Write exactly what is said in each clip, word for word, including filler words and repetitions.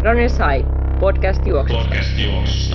Runners High, podcast juoksusta. Podcast juoksusta.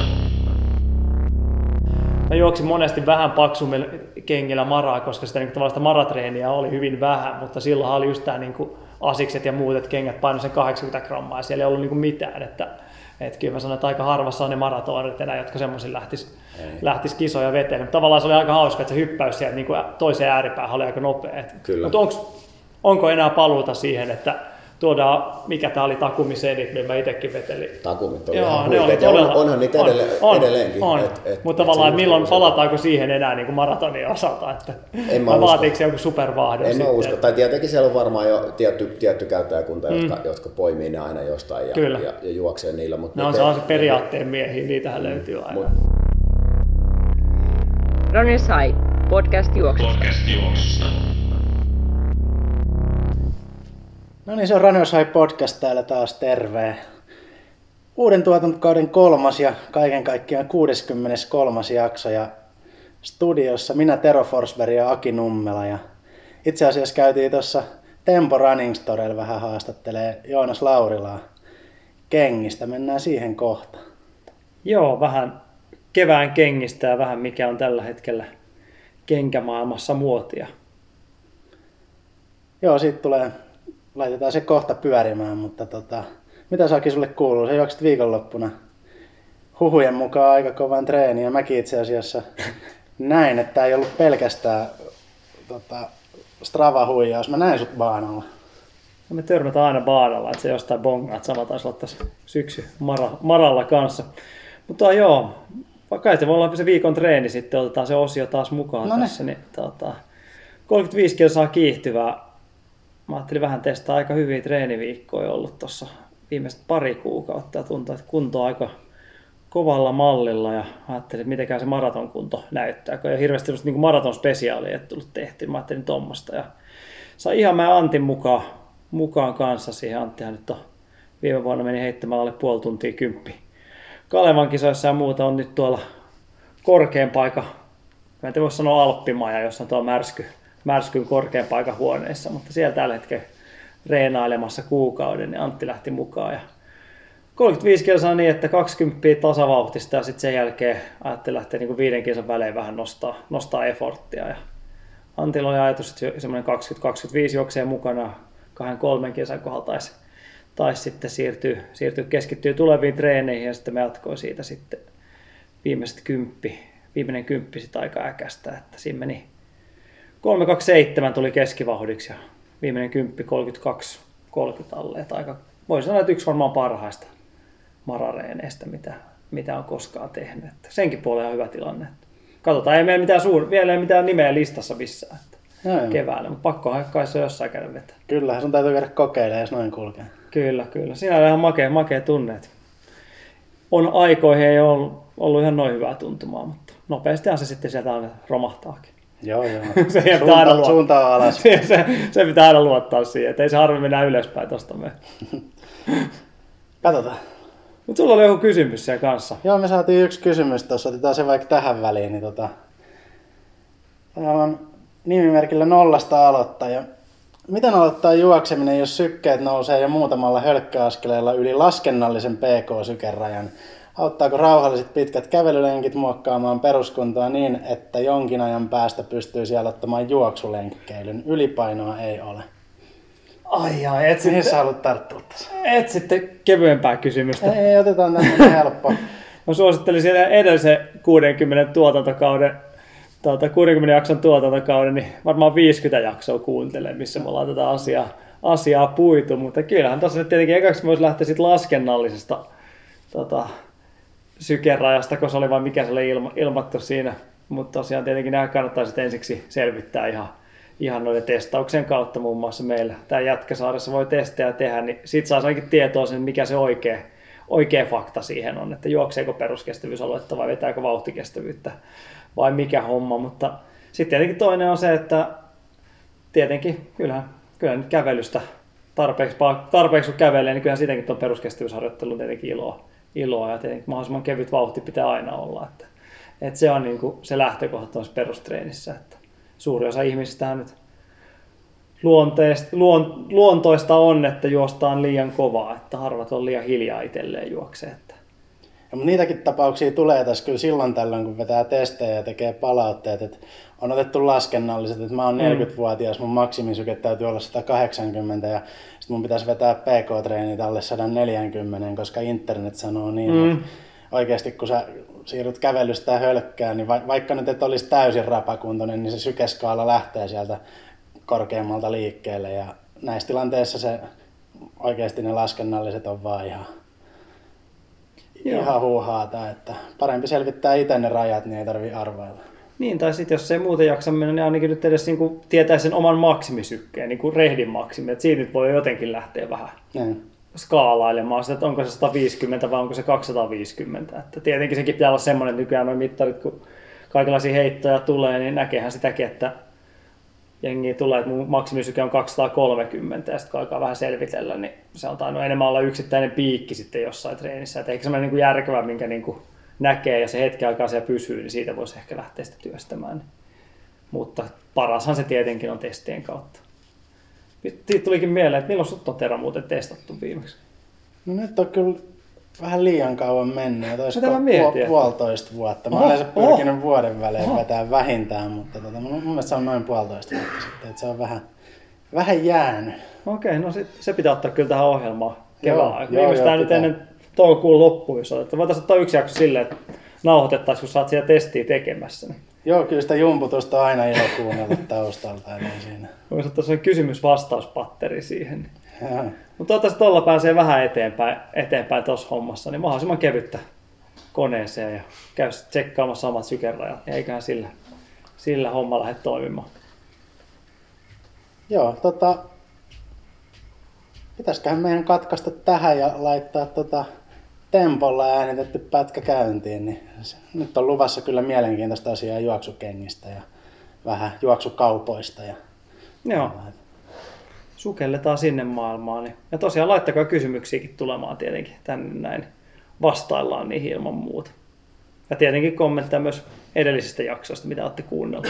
Mä juoksin monesti vähän paksummilla kengillä maraa, koska sitä, niin sitä maratreeniä oli hyvin vähän, mutta silloin oli just tää niin asikset ja muut, että kengät painoi sen kahdeksankymmentä grammaa ja siellä ei ollut niin mitään. Että, että kyllä mä sanoin, että aika harvassa on ne maratonerit enää, jotka semmoisin lähtis, lähtis kisoja veteen. Mutta tavallaan se oli aika hauska, että se hyppäys sieltä niin toiseen ääripäähän oli aika nopea. Mutta onko, onko enää paluuta siihen, että tuodaan, mikä tää oli Takumi-sedit, niin mä itekin vetelin. Takumit oli Joo, ihan ne oli todella, todella, onhan niitä on, edelle, on, edelleenkin. On. Et, et, mutta et tavallaan, milloin se, palataanko siihen enää niin kuin maratonin osalta, että en mä vaatiiko se joku supervahdon En sitten? mä usko, tai tietenkin siellä on varmaan jo tietty, tietty käyttäjäkunta, mm. jotka, jotka poimii ne aina jostain ja, ja, ja juoksee niillä. Mutta ne on sellaiset periaatteen miehiä, niitähän mm. löytyy aina. Mut. Runners High, podcast juoksusta. Podcast juoksusta. No niin, se on Runners High podcast täällä taas, terve. Uuden tuotantokauden kolmas ja kaiken kaikkiaan kuudeskymmeneskolmas jakso ja studiossa minä Tero Forsberg ja Aki Nummela. Ja itse asiassa käytiin tuossa Tempo Running Storella vähän haastattelee Joonas Laurilaa kengistä. Mennään siihen kohta. Joo, vähän kevään kengistä ja vähän mikä on tällä hetkellä kenkämaailmassa muotia. Joo, siitä tulee... Laitetaan se kohta pyörimään, mutta tota, mitä Saki sulle kuuluu? Sä juoksit viikonloppuna huhujen mukaan aika kovan treeni ja mäkin itse asiassa näin, että ei ollut pelkästään tota, Strava-huijaus. Mä näin sut baanalla. No me törmätään aina baanalla, että se jostain bongaa, että sama taisi olla tässä syksy mara, maralla kanssa. Mutta joo, kai se voi olla se viikon treeni sitten, otetaan se osio taas mukaan no tässä. Niin, tota, kolmekymmentäviisi kilsaa kiihtyvää. Mä ajattelin vähän testaa aika hyviä treeniviikkoja ollut tuossa viimeiset pari kuukautta ja tuntuu, että kunto on aika kovalla mallilla ja ajattelin, että mitenkään se maratonkunto näyttää, kun ei ole hirveästi niin maratonspesiaalia et tullut tehty. Mä ajattelin tuommoista ja sain ihan mä Antin mukaan, mukaan kanssa siihen. Anttihan nyt on, viime vuonna meni heittämällä alle puoli tuntia kymppi. Kalevan kisoissa ja muuta on nyt tuolla korkean paikka, mä en voi sanoa Alppimaja, jossa on tuo märsky. Märskyn korkean paikan huoneessa, mutta siellä tällä hetkellä reenailemassa kuukauden, niin Antti lähti mukaan. Ja kolmekymmentäviisi kilsaa niin, että kaksikymmentä tasavauhtista ja sitten sen jälkeen ajattelin lähteä niin kuin viiden kilsan välein vähän nostaa, nostaa efforttia. Ja Antilla oli ajatus, että semmoinen kaksikymmentä kaksikymmentäviisi juoksee mukana kahden kolmen kilsan kohdalla taisi, taisi sitten siirtyä, siirtyä keskittyä tuleviin treeneihin ja sitten me jatkoin siitä sitten viimeiset kymppi, viimeinen kymppi sitten aika äkästä, että siinä meni kolme kaksikymmentäseitsemän tuli keskivauhdiksi ja viimeinen kymppi kolmekymmentäkaksi kolmekymmentä alle. Että aika, voisi sanoa, että yksi varmaan parhaista marareeneistä, mitä, mitä on koskaan tehnyt. Että senkin puolella on hyvä tilanne. Että katsotaan, ei meillä mitään suur, vielä ei mitään nimeä listassa missään että keväällä, mutta pakkohan kai se jossain käydä vetää. Kyllähän sun täytyy käydä kokeilemaan, jos noin kulkee. Kyllä, kyllä. Siinä on ihan makea, makea tunne. Että on aikoihin ei ollut, ollut ihan noin hyvää tuntumaa, mutta nopeastihan se sitten sieltä aina romahtaakin. Joo, joo. se Suunta, aina suuntaan alas. se, se, se pitää aina luottaa siihen, että ei se harvemmin mennä ylöspäin tosta me. Katsotaan. Mutta sulla oli joku kysymys siellä kanssa. Joo, me saatiin yksi kysymys tuossa, otetaan se vaikka tähän väliin. Niin tota... Täällä on nimimerkillä nollasta aloittaja. Miten aloittaa juokseminen, jos sykkeet nousee jo muutamalla hölkkäaskeleella yli laskennallisen P K-sykerajan? Auttaako rauhalliset pitkät kävelylenkit muokkaamaan peruskuntoa niin, että jonkin ajan päästä pystyy siellä ottamaan juoksulenkkeilyn? Ylipainoa ei ole. Ai ai, et Mihin sitten, sä haluat tarttua tässä? et sitten kevyempää kysymystä. Ei, ei otetaan tämmöinen helppo. Mä suosittelin siellä edellisen kuudenkymmenen tuotantokauden, tuota, kuudenkymmenen jakson tuotantokauden, niin varmaan viisikymmentä jaksoa kuuntelen, missä me ollaan tätä asiaa, asiaa puitu. Mutta kyllähän tuossa nyt tietenkin ekaksi voisi lähteä sit laskennallisesta tota, sykerajasta, koska se oli vain mikä se oli ilma, ilmattu siinä. Mutta tosiaan tietenkin nämä kannattaa sitten ensiksi selvittää ihan, ihan noiden testauksen kautta muun muassa meillä. Tämä Jätkäsaaressa voi testejä tehdä, niin siitä saa ainakin tietoa sen, mikä se oikea, oikea fakta siihen on, että juokseeko peruskestävyysaluetta vai vetääkö vauhtikestävyyttä vai mikä homma. Mutta sitten tietenkin toinen on se, että tietenkin kyllähän, kyllähän nyt kävelystä tarpeeksi, tarpeeksi kun kävelee, niin kyllähän siitäkin tuon peruskestävyysharjoittelun tietenkin iloa. iloa ja tietenkin mahdollisimman kevyt vauhti pitää aina olla. Että, että se on niin kuin se lähtökohta tuossa perustreenissä. Että suuri osa ihmisistä nyt luonteista, luon, luontoista on, että juostaan liian kovaa, että harvat on liian hiljaa itselleen juoksee. Että. Ja, mutta niitäkin tapauksia tulee tässä kyllä silloin tällöin, kun vetää testejä ja tekee palautteet, että on otettu laskennalliset, että mä oon neljäkymmentävuotias, mun maksimisyke täytyy olla sata kahdeksankymmentä ja sitten mun pitäisi vetää P K-treenit alle sata neljäkymmentä, koska internet sanoo niin, mm. että oikeasti kun sä siirryt kävelystä ja hölkkään, niin vaikka nyt et olisi täysin rapakuntoinen, niin se sykeskaala lähtee sieltä korkeammalta liikkeelle ja näissä tilanteissa se oikeasti ne laskennalliset on vaan ihan, ihan huuhaata, että parempi selvittää itse ne rajat, niin ei tarvitse arvailla. Niin, tai sitten jos ei muuten jaksa mennä, niin ainakin nyt edes niin kuin tietää sen oman maksimisykkeen, niin kuin rehdin maksimi, että siitä nyt voi jotenkin lähteä vähän niin. skaalailemaan sitä, että onko se sata viisikymmentä vai onko se kaksisataaviisikymmentä. Että tietenkin sekin pitää olla semmoinen, että nykyään nuo mittarit, kun kaikenlaisia heittoja tulee, niin näkeehän sitäkin, että jengiä tulee, että mun maksimisyke on kaksisataakolmekymmentä ja sitten kun alkaa vähän selvitellä, niin se on tainnut enemmän olla yksittäinen piikki sitten jossain treenissä. Että ehkä semmoinen niin kuin järkevä, minkä niin kuin näkee ja se hetki aikaa siellä pysyy, niin siitä voisi ehkä lähteä sitä työstämään. Mutta parashan se tietenkin on testien kautta. Siitä tulikin mieleen, että milloin sut on Tero muuten testattu viimeksi? No nyt on kyllä vähän liian kauan mennyt. Olisiko pu- puolitoista vuotta. Mä olen yleensä pyrkinyt oh. vuoden välein oh. vetää vähintään, mutta tota, mun mielestä se on noin puolitoista vuotta sitten. Että se on vähän, vähän jäänyt. Okei, okay, no sit, se pitää ottaa kyllä tähän ohjelmaan kevään. Viimeistään nyt ennen toukokuun loppuun, jos olet. Voitaisiin ottaa yksi jakso silleen, että nauhoitettaisiin, kun sä oot siellä testiä tekemässä. Niin. Joo, kyllä sitä jumputusta on aina ilo kuunnella taustalta. Siinä. Voisi ottaa sellainen kysymys-vastauspatteri siihen. Niin. Mutta toivottavasti tuolla pääsee vähän eteenpäin, eteenpäin tuossa hommassa, niin mahdollisimman kevyttä koneeseen ja käy tsekkaamassa omat sykerajat. Ja eiköhän sillä, sillä homma lähde toimimaan. Joo, tota, pitäisiköhän meidän katkaista tähän ja laittaa tota tempolla äänitetty pätkä käyntiin. Niin nyt on luvassa kyllä mielenkiintoista asiaa juoksukengistä ja vähän juoksukaupoista. Ja joo. Sukelletaan sinne maailmaan. Ja tosiaan laittakaa kysymyksiäkin tulemaan tietenkin tänne näin. Vastaillaan niihin ilman muuta. Ja tietenkin kommentteja myös edellisistä jaksoista, mitä olette kuunnelleet.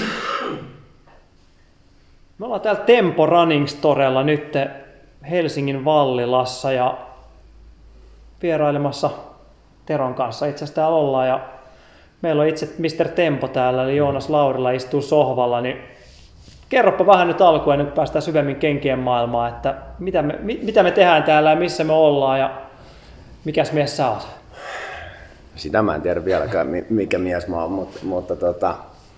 Me ollaan täällä Tempo Running Storella nyt Helsingin Vallilassa ja vierailemassa Teron kanssa. Itse asiassa täällä ollaan ja meillä on itse mister Tempo täällä, eli Joonas Laurila istuu sohvalla, niin kerropa vähän nyt alkuun, nyt päästään syvemmin kenkien maailmaan, että mitä me, mitä me tehdään täällä ja missä me ollaan ja mikäs mies sä oot? Sitä mä en tiedä vieläkään, mikä mies mä oon, mutta, mutta tota,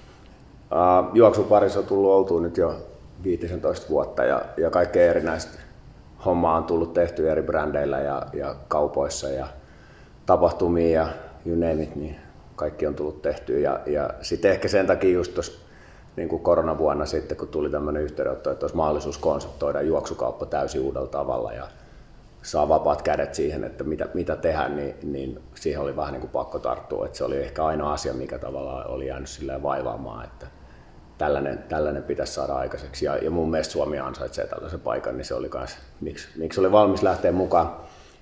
uh, juoksuparissa on tullut oltua nyt jo viisitoista vuotta ja, ja kaikkea erinäistä hommaa on tullut tehty eri brändeillä ja, ja kaupoissa ja tapahtumia ja you name it, niin kaikki on tullut tehtyä ja, ja sitten ehkä sen takia just tuossa niin kuin koronavuonna sitten, kun tuli tämmöinen yhteydenotto, että olisi mahdollisuus konseptoida juoksukauppa täysin uudella tavalla ja saa vapaat kädet siihen, että mitä, mitä tehdä, niin, niin siihen oli vähän niin kuin pakko tarttua. Että se oli ehkä ainoa asia, mikä tavallaan oli jäänyt silleen vaivaamaan, että tällainen, tällainen pitäisi saada aikaiseksi. Ja, ja mun mielestä Suomi ansaitsee tällaisen paikan, niin se oli kans, miksi, miksi oli valmis lähteä mukaan.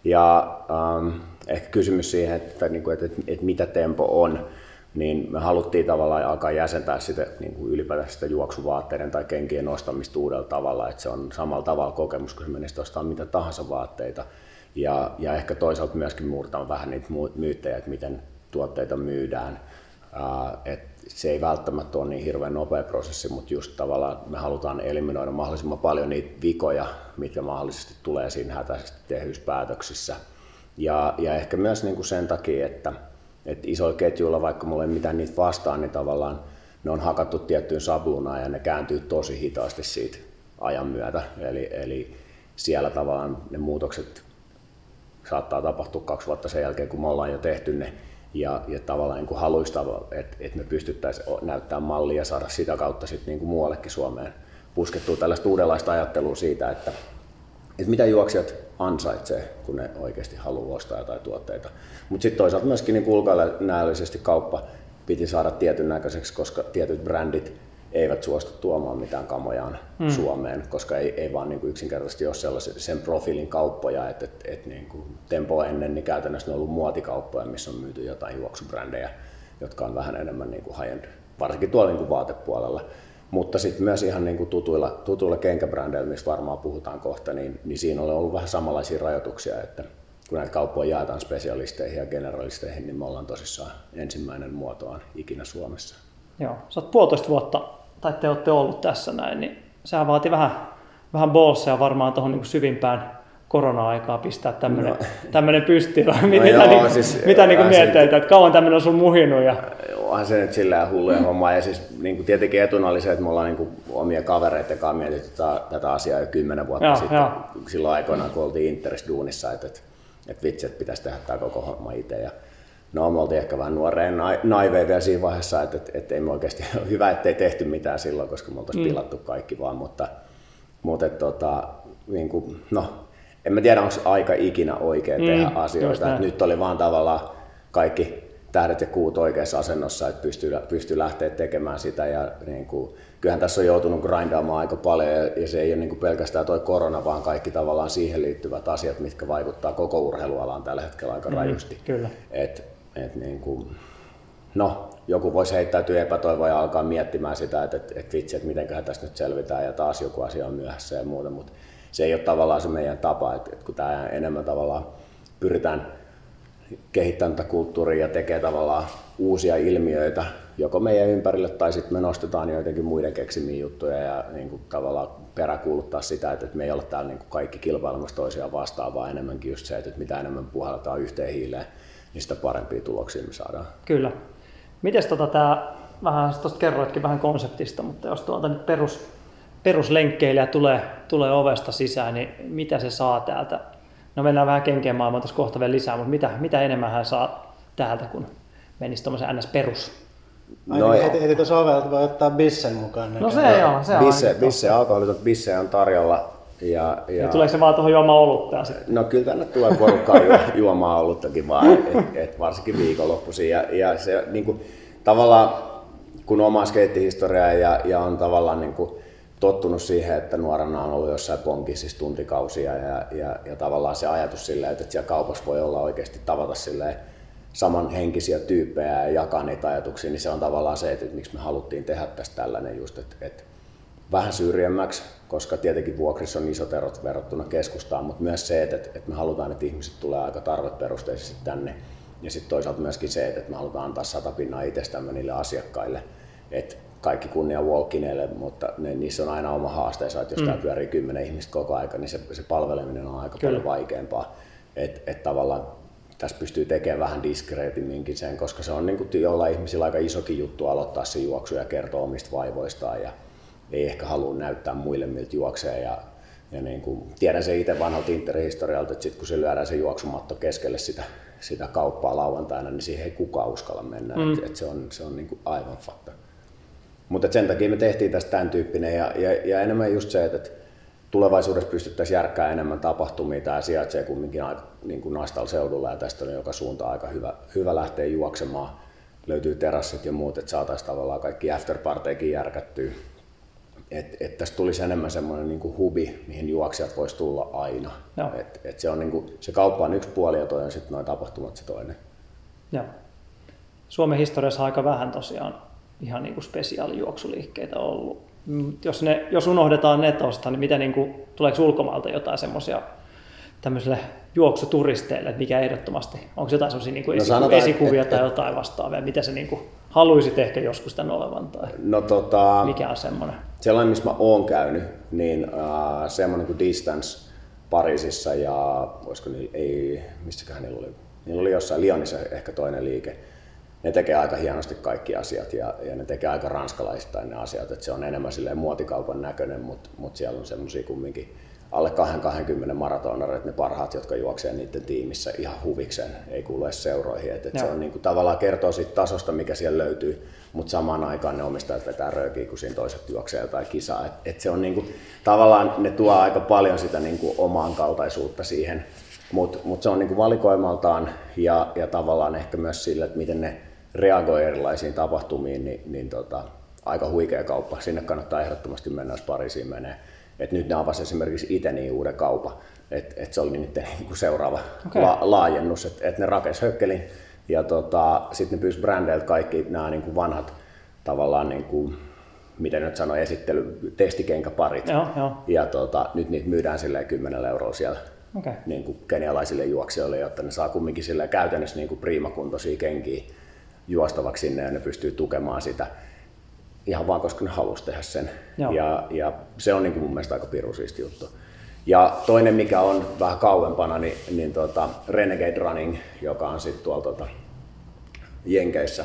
Ja ähm, ehkä kysymys siihen, että, että, että, että, että mitä Tempo on, niin me haluttiin tavallaan alkaa jäsentää sitä niin kuin ylipäätään sitä juoksuvaatteiden tai kenkien nostamista uudella tavalla, että se on samalla tavalla kokemus, kun se menisi ostamaan mitä tahansa vaatteita. Ja, ja ehkä toisaalta myöskin murtaa vähän niitä myyttejä, että miten tuotteita myydään. Uh, et se ei välttämättä ole niin hirveän nopea prosessi, mutta just tavallaan me halutaan eliminoida mahdollisimman paljon niitä vikoja, mitkä mahdollisesti tulee siinä hätäisesti tehdyissä päätöksissä. Ja, ja ehkä myös niin kuin sen takia, että Et isoilla ketjuilla, vaikka mulla ei mitään niitä vastaan, niin tavallaan ne on hakattu tiettyyn sabluunaan ja ne kääntyy tosi hitaasti siitä ajan myötä. Eli, eli siellä tavallaan ne muutokset saattaa tapahtua kaksi vuotta sen jälkeen, kun me ollaan jo tehty ne. Ja, ja tavallaan niin kuin haluista, että, että me pystyttäisiin näyttämään mallia ja saada sitä kautta sitten niin kuin muuallekin Suomeen puskettua tällaista uudenlaista ajattelua siitä, että, että mitä juoksijat ansaitsee, kun ne oikeasti haluaa ostaa jotain tuotteita. Mutta sitten toisaalta myöskin niin ulkonäöllisesti kauppa piti saada tietyn näköiseksi, koska tietyt brändit eivät suostu tuomaan mitään kamojaan mm. Suomeen, koska ei, ei vaan niin kuin yksinkertaisesti ole sellaisen sen profiilin kauppoja, että et, et niin kuin Tempo ennen niin käytännössä ne on ollut muotikauppoja, missä on myyty jotain juoksubrändejä, jotka on vähän enemmän niin kuin high-end, varsinkin tuolla niin kuin vaatepuolella. Mutta sitten myös ihan niin kuin tutuilla, tutuilla kenkäbrändeillä, missä varmaan puhutaan kohta, niin, niin siinä on ollut vähän samanlaisia rajoituksia, että kun näitä kauppoja jaetaan spesialisteihin ja generalisteihin, niin me ollaan tosissaan ensimmäinen muotoaan ikinä Suomessa. Joo, sä oot puolitoista vuotta, tai te olette ollut tässä näin, niin sehän vaati vähän, vähän bolsseja varmaan tuohon niin syvimpään korona-aikaa pistää tämmöinen no. tämmöinen pystyyn. No mitä joo, niin, siis, mitä niin miettii, että kauan tämmöinen on sun muhinut? Ja... Onhan se nyt sillä hulluja hommaa. Ja siis niin kuin tietenkin etuna oli se, että me ollaan niin kuin omia kavereiden kanssa mietitty tätä asiaa jo kymmenen vuotta joo, sitten. Jo. Silloin aikoinaan, kun oltiin Interis duunissa, että, että, että vitsi, että pitäisi tehdä tämä koko homma itse. Ja no, me oltiin ehkä vähän nuoreen naiveja vielä siinä vaiheessa, että, että, että ei me oikeasti hyvä, ettei tehty mitään silloin, koska me oltaisiin mm. pilattu kaikki vaan. Mutta, mutta että, tota, niin kuin, no, en mä tiedä, onko aika ikinä oikein tehdä mm, asioita. Nyt oli vaan tavallaan kaikki tähdet ja kuut oikeassa asennossa, että pystyy, pystyy lähteä tekemään sitä. Ja niin kuin, kyllähän tässä on joutunut grindaamaan aika paljon ja, ja se ei ole niin kuin pelkästään toi korona, vaan kaikki tavallaan siihen liittyvät asiat, mitkä vaikuttaa koko urheilualaan tällä hetkellä aika rajusti. Mm, kyllä. Et, et niin kuin, no, joku voisi heittäytyä epätoivoa ja alkaa miettimään sitä, että et, et vitsi, että mitenköhän tästä nyt selvitään ja taas joku asia on myöhässä ja muuta. Mutta se ei ole tavallaan se meidän tapa, että, että kun tämä enemmän tavallaan pyritään kehittämään tätä kulttuuria ja tekee tavallaan uusia ilmiöitä, joko meidän ympärille tai sitten me nostetaan jotenkin muiden keksimiä juttuja ja niin kuin tavallaan peräkuuluttaa sitä, että, että me ei ole täällä niin kuin kaikki kilpailemassa toisiaan vastaan, vaan enemmänkin just se, että mitä enemmän puhalletaan yhteen hiileen, niin sitä parempia tuloksia me saadaan. Kyllä. Mites tota tää, vähän tuosta kerroitkin vähän konseptista, mutta jos tuolta nyt perus peruslenkkeilijä tulee, tulee ovesta sisään, niin mitä se saa täältä? No mennään vähän kenkeen maailmaan tuossa kohta vielä lisää, mutta mitä, mitä enemmän hän saa täältä, kun menisi tuommoisen ns. Perus? No heti, heti tuossa ovelta voi ottaa bissen mukaan. No se ei ole, se on bisse, bisse, alkoholitot bisse on tarjolla. Ja, ja... ja tuleeko se vaan tuohon juomaan olutta? No kyllä tänne tulee porukkaa ju, juomaan oluttakin vaan, et, et varsinkin viikonloppuisin. Ja, ja se niin kuin, tavallaan, kun omaa skeittihistoriaa ja, ja on tavallaan niin kuin, tottunut siihen, että nuorena on ollut jossain ponkissa siis tuntikausia ja, ja, ja tavallaan se ajatus silleen, että siellä kaupassa voi olla oikeasti tavata silleen samanhenkisiä tyyppejä ja jakaa niitä ajatuksia, niin se on tavallaan se, että, että miksi me haluttiin tehdä tästä tällainen just, että, että vähän syrjemmäksi, koska tietenkin vuokrissa on isot erot verrattuna keskustaan, mutta myös se, että, että me halutaan, että ihmiset tulee aika tarveperusteisesti tänne ja sitten toisaalta myöskin se, että me halutaan antaa sata pinnaa itsestämme niille asiakkaille, että kaikki kunnia walk-ineille, mutta ne, niissä on aina oma haasteensa, että jos mm. täällä pyörii kymmenen ihmistä koko aika, niin se, se palveleminen on aika Kyllä. paljon vaikeampaa. Että et tavallaan tässä pystyy tekemään vähän diskreetimminkin sen, koska se on niin kuin jollain ihmisillä aika isokin juttu aloittaa se juoksu ja kertoa omista vaivoistaan ja ei ehkä halua näyttää muille miltä juoksee. Ja, ja niin kuin, tiedän se itse vanhalta Inter-historialta, että sit kun se lyödään se juoksumatto keskelle sitä, sitä kauppaa lauantaina, niin siihen ei kukaan uskalla mennä. Mm. Et, et se on, se on niin kuin aivan fakta. Mutta sen takia me tehtiin tästä tämän tyyppinen ja, ja, ja enemmän just se, että tulevaisuudessa pystyttäisiin järkkää enemmän tapahtumia. Tämä sijaitsee kumminkin aika niin kuin Naistalla seudulla ja tästä on joka suunta aika hyvä, hyvä lähteä juoksemaan. Löytyy terassit ja muut, että saataisiin tavallaan kaikki afterparteikin järkättyä. Että et tästä tulisi enemmän semmoinen niin kuin hubi, mihin juoksijat voisi tulla aina. Et, et se, on niin kuin, se kauppa on yksi puoli ja toi on sitten noin tapahtumat se toinen. Joo. Suomen historiassa aika vähän tosiaan ihan niin kuin spesiaalijuoksuliikkeitä ollut. Jos, ne, jos unohdetaan ne tosta, niin mitä, niin kuin, tuleeko ulkomailta jotain semmoisia tämmöisille juoksuturisteille, että mikä ehdottomasti, onko jotain semmoisia niin kuin no esiku- esikuvia et, tai jotain vastaavia, mitä se niin kuin haluaisit ehkä joskus tämän olevan tai no, tota, mikä on semmoinen? Sellainen, missä mä oon käynyt, niin uh, semmoinen kuin Distance Pariisissa ja voisiko niillä, ei, missäköhän niillä oli, niillä oli jossain Lyonissa ehkä toinen liike. Ne tekee aika hienosti kaikki asiat ja, ja ne tekee aika ranskalaisittain ne asiat, että se on enemmän silleen muotikaupan näköinen, mutta mut siellä on semmosia kumminkin alle kaksikymmentä maratonareita, ne parhaat, jotka juoksee niiden tiimissä ihan huvikseen, ei kuulu edes seuroihin. Et, et se on niinku, tavallaan kertoo siitä tasosta, mikä siellä löytyy, mutta samaan aikaan ne omistajat vetää röökiä, kun siinä toiset juoksee jotain kisaa. Et, et se on niinku, tavallaan ne tuo aika paljon sitä niinku omaan kaltaisuutta siihen, mutta mut se on niinku valikoimaltaan ja, ja tavallaan ehkä myös sillä, että miten ne reagoi erilaisiin tapahtumiin, niin, niin tota, aika huikea kauppa. Sinne kannattaa ehdottomasti mennä, jos Pariisiin menee. Et nyt ne avasi esimerkiksi itse niin uuden kaupan, että et se oli niiden niin kuin seuraava okay. la, laajennus, että et ne rakensi hökkelin ja tota, sitten ne pyysi brändeiltä kaikki nämä niin kuin vanhat tavallaan niin kuin miten nyt sanoi, esittely, testikenkäparit. Joo, joo. Ja tota, nyt niitä myydään silleen kymmenellä eurolla siellä okay. niin kuin kenialaisille juoksijoille, jotta ne saa kumminkin silleen käytännössä niin kuin priimakuntoisia kenkiä juostavaksi sinne ja ne pystyy tukemaan sitä ihan vaan koska ne halusi tehdä sen. Ja, ja se on niin kuin mun mielestä aika pirun siisti juttu. Ja toinen mikä on vähän kauempana, niin, niin tota Renegade Running, joka on sitten tuolla tota Jenkeissä,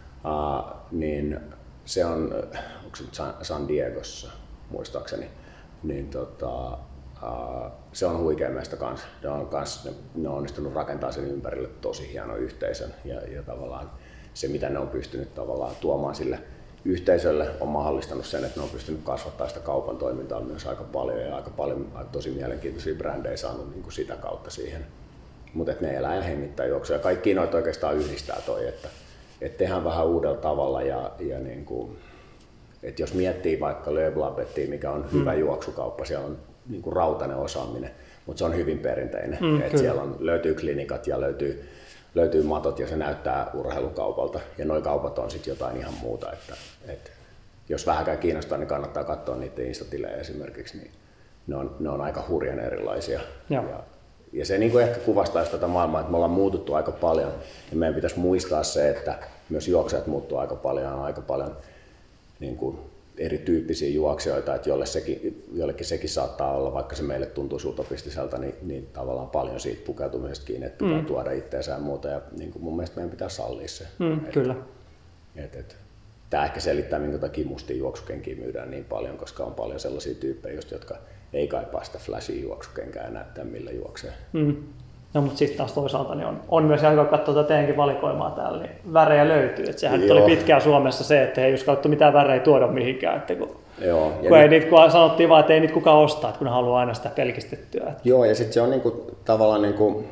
uh, niin se on, onko se San, San Diegossa muistaakseni, niin tota, uh, se on huikea meistä kanssa. Ne on, kans, ne, ne on onnistunut rakentamaan sen ympärille tosi hienon yhteisön ja, ja tavallaan se mitä ne on pystynyt tavallaan tuomaan sille yhteisölle on mahdollistanut sen, että ne on pystynyt kasvattamaan sitä kaupan toimintaa myös aika paljon ja aika paljon tosi mielenkiintoisia brändejä saanut niin kuin sitä kautta siihen. Mutta ne elää ja hengittää juoksua ja kaikki noita oikeastaan yhdistää toi, että, että tehdään vähän uudella tavalla ja, ja niin kuin, että jos miettii vaikka Le Blabettia, mikä on hyvä mm. juoksukauppa, siellä on niin kuin rautainen osaaminen, mutta se on hyvin perinteinen. Mm, että siellä on, löytyy klinikat ja löytyy löytyy matot ja se näyttää urheilukaupalta ja nuo kaupat on sitten jotain ihan muuta, että, että jos vähänkään kiinnostaa, niin kannattaa katsoa niiden instatilejä esimerkiksi, niin ne on, ne on aika hurjan erilaisia. Ja, ja se niin kuin ehkä kuvastaa tätä maailmaa, että me ollaan muututtu aika paljon ja meidän pitäisi muistaa se, että myös juoksijat muuttuu aika paljon, on aika paljon niin kuin erityyppisiä juoksijoita, että jolle sekin, jollekin sekin saattaa olla, vaikka se meille tuntuu utopistiselta, niin, niin tavallaan paljon siitä pukeutumisesta kiinni, että pitää mm. tuoda itseensä ja muuta. Ja niin kuin mun mielestä meidän pitää sallia se. Mm, et, kyllä. Et, et, tämä ehkä selittää, minkä takia mustia juoksukenkiä myydään niin paljon, koska on paljon sellaisia tyyppejä, just, jotka ei kaipaa sitä flashia juoksukenkää ja näyttää millä juoksee. Mm. No mutta sitten taas toisaalta niin on, on myös ihan hyvä katsoa tätä teidänkin valikoimaa täällä, niin värejä löytyy. Et sehän nyt oli pitkään Suomessa se, että ei uskallettu mitään värejä tuoda mihinkään. Että kun, Joo, kun, ei niitä, kun sanottiin vaan, että ei niitä kukaan ostaa, että kun ne haluaa aina sitä pelkistettyä. Että. Joo, ja sitten se on niinku, tavallaan, niinku,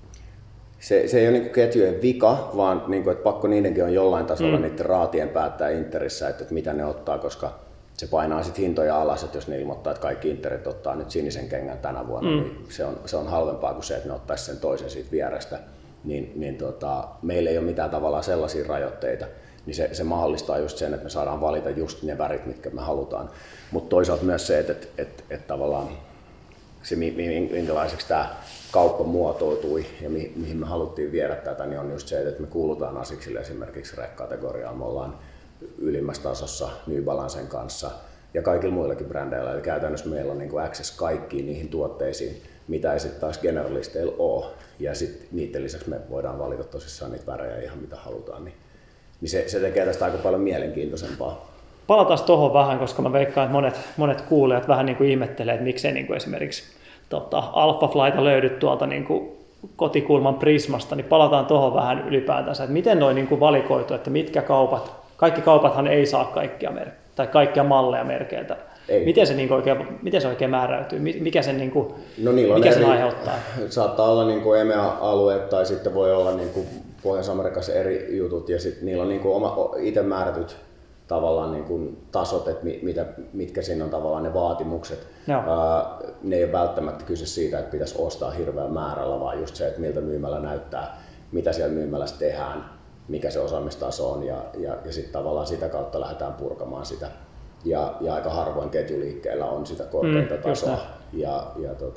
se, se ei ole niinku ketjujen vika, vaan niinku, että pakko niidenkin on jollain tasolla mm. niiden raatien päättää Interissä, että, että mitä ne ottaa, koska se painaa sit hintoja alas, että jos ne ilmoittaa, että kaikki Interit ottaa nyt sinisen kengän tänä vuonna, mm. niin se on, se on halvempaa kuin se, että ne ottaisi sen toisen siitä vierestä. Niin, niin tota, meillä ei ole mitään tavallaan sellaisia rajoitteita, niin se, se mahdollistaa just sen, että me saadaan valita just ne värit, mitkä me halutaan. Mutta toisaalta myös se, että, että, että, että tavallaan se, minkälaiseksi tämä kauppa muotoutui ja mi, mihin me haluttiin viedä tätä, niin on just se, että me kuulutaan Asicsille esimerkiksi R E C-kategoriaan. Me ollaan ylimmässä tasossa New Balancen kanssa ja kaikilla muillakin brändeillä. Eli käytännössä meillä on niin kuin access kaikkiin niihin tuotteisiin, mitä ei sitten taas generalisteilla ole. Ja sitten niiden lisäksi me voidaan valita tosissaan niitä värejä ihan mitä halutaan. Niin, niin se, se tekee tästä aika paljon mielenkiintoisempaa. Palataan tuohon vähän, koska mä veikkaan, että monet, monet kuulijat vähän niin kuin ihmettelee, että miksei niin kuin esimerkiksi tota, Alpha Flighta löydy tuolta niin kuin kotikulman Prismasta. Niin palataan tuohon vähän ylipäätänsä, että miten noin niin kuin valikoitu, että mitkä kaupat, kaikki kaupathan ei saa kaikkia, mer- tai kaikkia malleja merkeiltä. Miten se, niin oikein, miten se oikein määräytyy? Mikä sen, niin kuin, no, mikä sen eri, aiheuttaa? Saattaa olla niin kuin E M E A-alueet tai sitten voi olla niin kuin Pohjois-Amerikassa eri jutut ja sitten niillä on niin kuin oma, itse määrätyt tavallaan niin kuin tasot, että mitä, mitkä siinä on tavallaan ne vaatimukset. Ää, ne ei ole välttämättä kyse siitä, että pitäisi ostaa hirveän määrällä, vaan just se, että miltä myymällä näyttää, mitä siellä myymälässä tehdään, mikä se osaamistaso on ja, ja, ja sitten tavallaan sitä kautta lähdetään purkamaan sitä. Ja, ja aika harvoin ketjuliikkeellä on sitä korkeinta mm, tasoa. Ja, ja tota,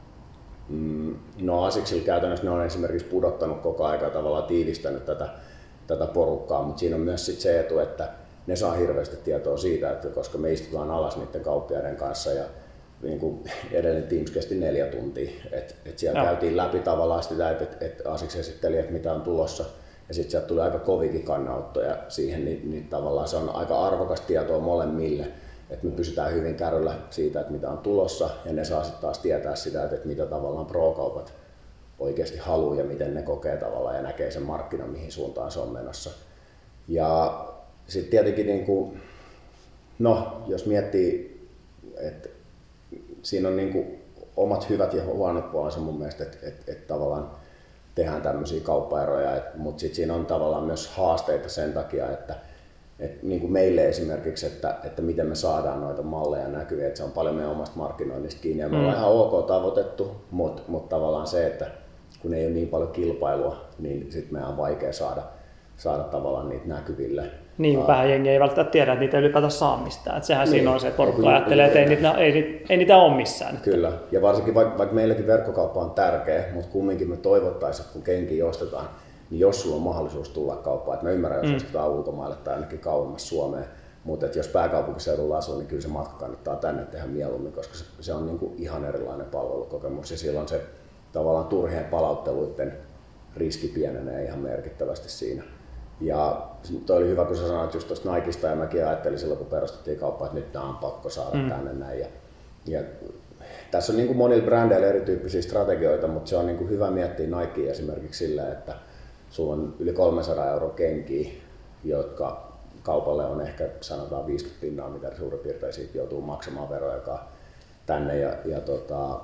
mm, no Asicsilla käytännössä ne on esimerkiksi pudottanut koko ajan tavallaan tiivistänyt tätä, tätä porukkaa, mutta siinä on myös sit se etu, että ne saa hirveästi tietoa siitä, että koska me istutaan alas niiden kauppiaiden kanssa ja niin kuin edellinen Teams kesti neljä tuntia, että et siellä no. käytiin läpi tavallaan sitä, että et, et Asics esitteli, että mitä on tulossa. Ja sitten sieltä tuli aika kovikin kannanottoja siihen, niin, niin tavallaan se on aika arvokas tietoa molemmille, että me pysytään hyvin kärryllä siitä, että mitä on tulossa, ja ne saa sitten taas tietää sitä, että mitä tavallaan pro-kaupat oikeasti haluaa ja miten ne kokee tavallaan ja näkee sen markkinan, mihin suuntaan se on menossa. Ja sitten tietenkin, niin kuin, no, jos miettii, että siinä on niin kuin omat hyvät ja huonot puolensa mun mielestä, että, että, että tavallaan tehdään tämmöisiä kauppaeroja, mutta sitten siinä on tavallaan myös haasteita sen takia, että et niin kuin meille esimerkiksi, että, että miten me saadaan noita malleja näkyviä, että se on paljon meidän omasta markkinoinnista kiinni ja me ollaan mm. ihan ok tavoitettu, mutta mut tavallaan se, että kun ei ole niin paljon kilpailua, niin sitten meidän on vaikea saada, saada tavallaan niitä näkyville. Niin, uh, vähän jengi ei välttämättä tiedä, että niitä ei ylipäätään saa mistään. Että sehän niin, siinä on se, että porukka ajattelee, että ei niitä, ei, niitä, ei niitä ole missään. Kyllä, ja varsinkin vaikka, vaikka meilläkin verkkokauppa on tärkeä, mutta kumminkin me toivottaisiin, että kun kenkiä ostetaan, niin jos sulla on mahdollisuus tulla kauppaan, että mä ymmärrän, jos mm. ostetaan ulkomaille tai ainakin kauemmas Suomeen, mutta jos pääkaupunkiseudulla asuu, niin kyllä se matka kannattaa tänne tehdä mieluummin, koska se, se on niin kuin ihan erilainen palvelukokemus ja silloin se tavallaan turhien palautteluiden riski pienenee ihan merkittävästi siinä. Ja toi oli hyvä, kun sä sanoit just tuosta Nikesta, ja mäkin ajattelin silloin, kun perustettiin kauppaa, että nyt nämä on pakko saada mm. tänne näin. Ja, ja tässä on niin kuin monilla brändeillä erityyppisiä strategioita, mutta se on niin kuin hyvä miettiä Nikea esimerkiksi sillä, että sulla on yli kolmesataa euroa kenkiä, jotka kaupalle on ehkä sanotaan viisikymmentä pinnaa, mitä suurin piirtein siitä joutuu maksamaan veroja tänne. Ja, ja tota,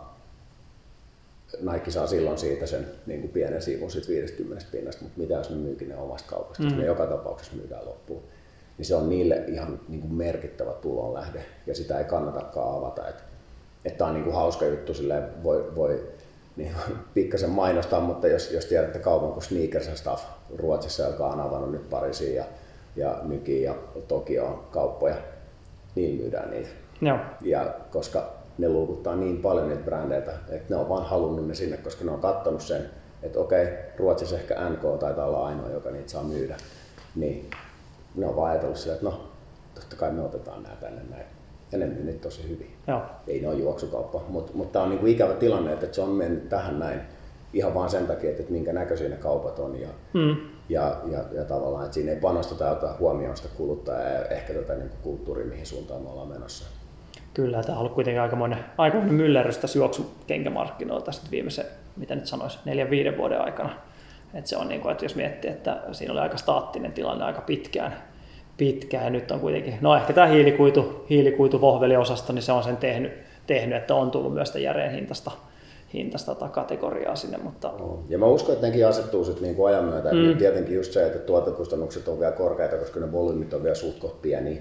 Nike saa silloin siitä sen niin kuin pienen siivun siitä viisikymmentä pinnasta, mutta mitä jos ne myykin ne omasta kaupasta, mm. jos ne joka tapauksessa myydään loppuun, niin se on niille ihan niin kuin merkittävä tulonlähde ja sitä ei kannatakaan avata. Että et tämä on niin kuin hauska juttu, silleen voi, voi niin pikkasen mainostaa, mutta jos, jos tiedätte kaupan kuin Sneakers and Stuff Ruotsissa, joka on avannut nyt Pariisiin ja, ja Nykiin ja Tokioon kauppoja, niin myydään niitä. No. Ja koska ne luukuttaa niin paljon niitä brändeitä, että ne on vaan halunnut ne sinne, koska ne on katsonut sen, että okei, Ruotsissa ehkä N K taitaa olla ainoa, joka niitä saa myydä. Niin ne on vaan ajatellut sillä, että no, totta kai me otetaan nämä tänne näin. Ja ne myy niitä tosi hyvin. Joo. Ei ne ole juoksukauppa, mutta mut tämä on niinku ikävä tilanne, että se on mennyt tähän näin ihan vaan sen takia, että minkä näköisiä ne kaupat on. Ja, mm. ja, ja, ja tavallaan, että siinä ei panosteta ja ottaa huomioon sitä kuluttajaa ja ehkä tätä niinku kulttuuria, mihin suuntaan me ollaan menossa. Kyllä, tämä on ollut kuitenkin aikamoinen, aikamoinen myllerrys tässä juoksukenkämarkkinoilta sitten viimeisen, mitä nyt sanoisi, neljän viiden vuoden aikana. Että se on niin kuin, että jos miettii, että siinä oli aika staattinen tilanne aika pitkään, pitkään ja nyt on kuitenkin, no ehkä tämä hiilikuitu, hiilikuituvohveliosasto, niin se on sen tehnyt, tehnyt, että on tullut myös sitä järeen hintasta, hintasta tai kategoriaa sinne. Mutta... Ja mä uskon, että nekin asettuu sitten niin kuin ajan myötä. Mm. Tietenkin just se, että tuotantokustannukset on vielä korkeita, koska ne volyymit on vielä suht koht pieniä.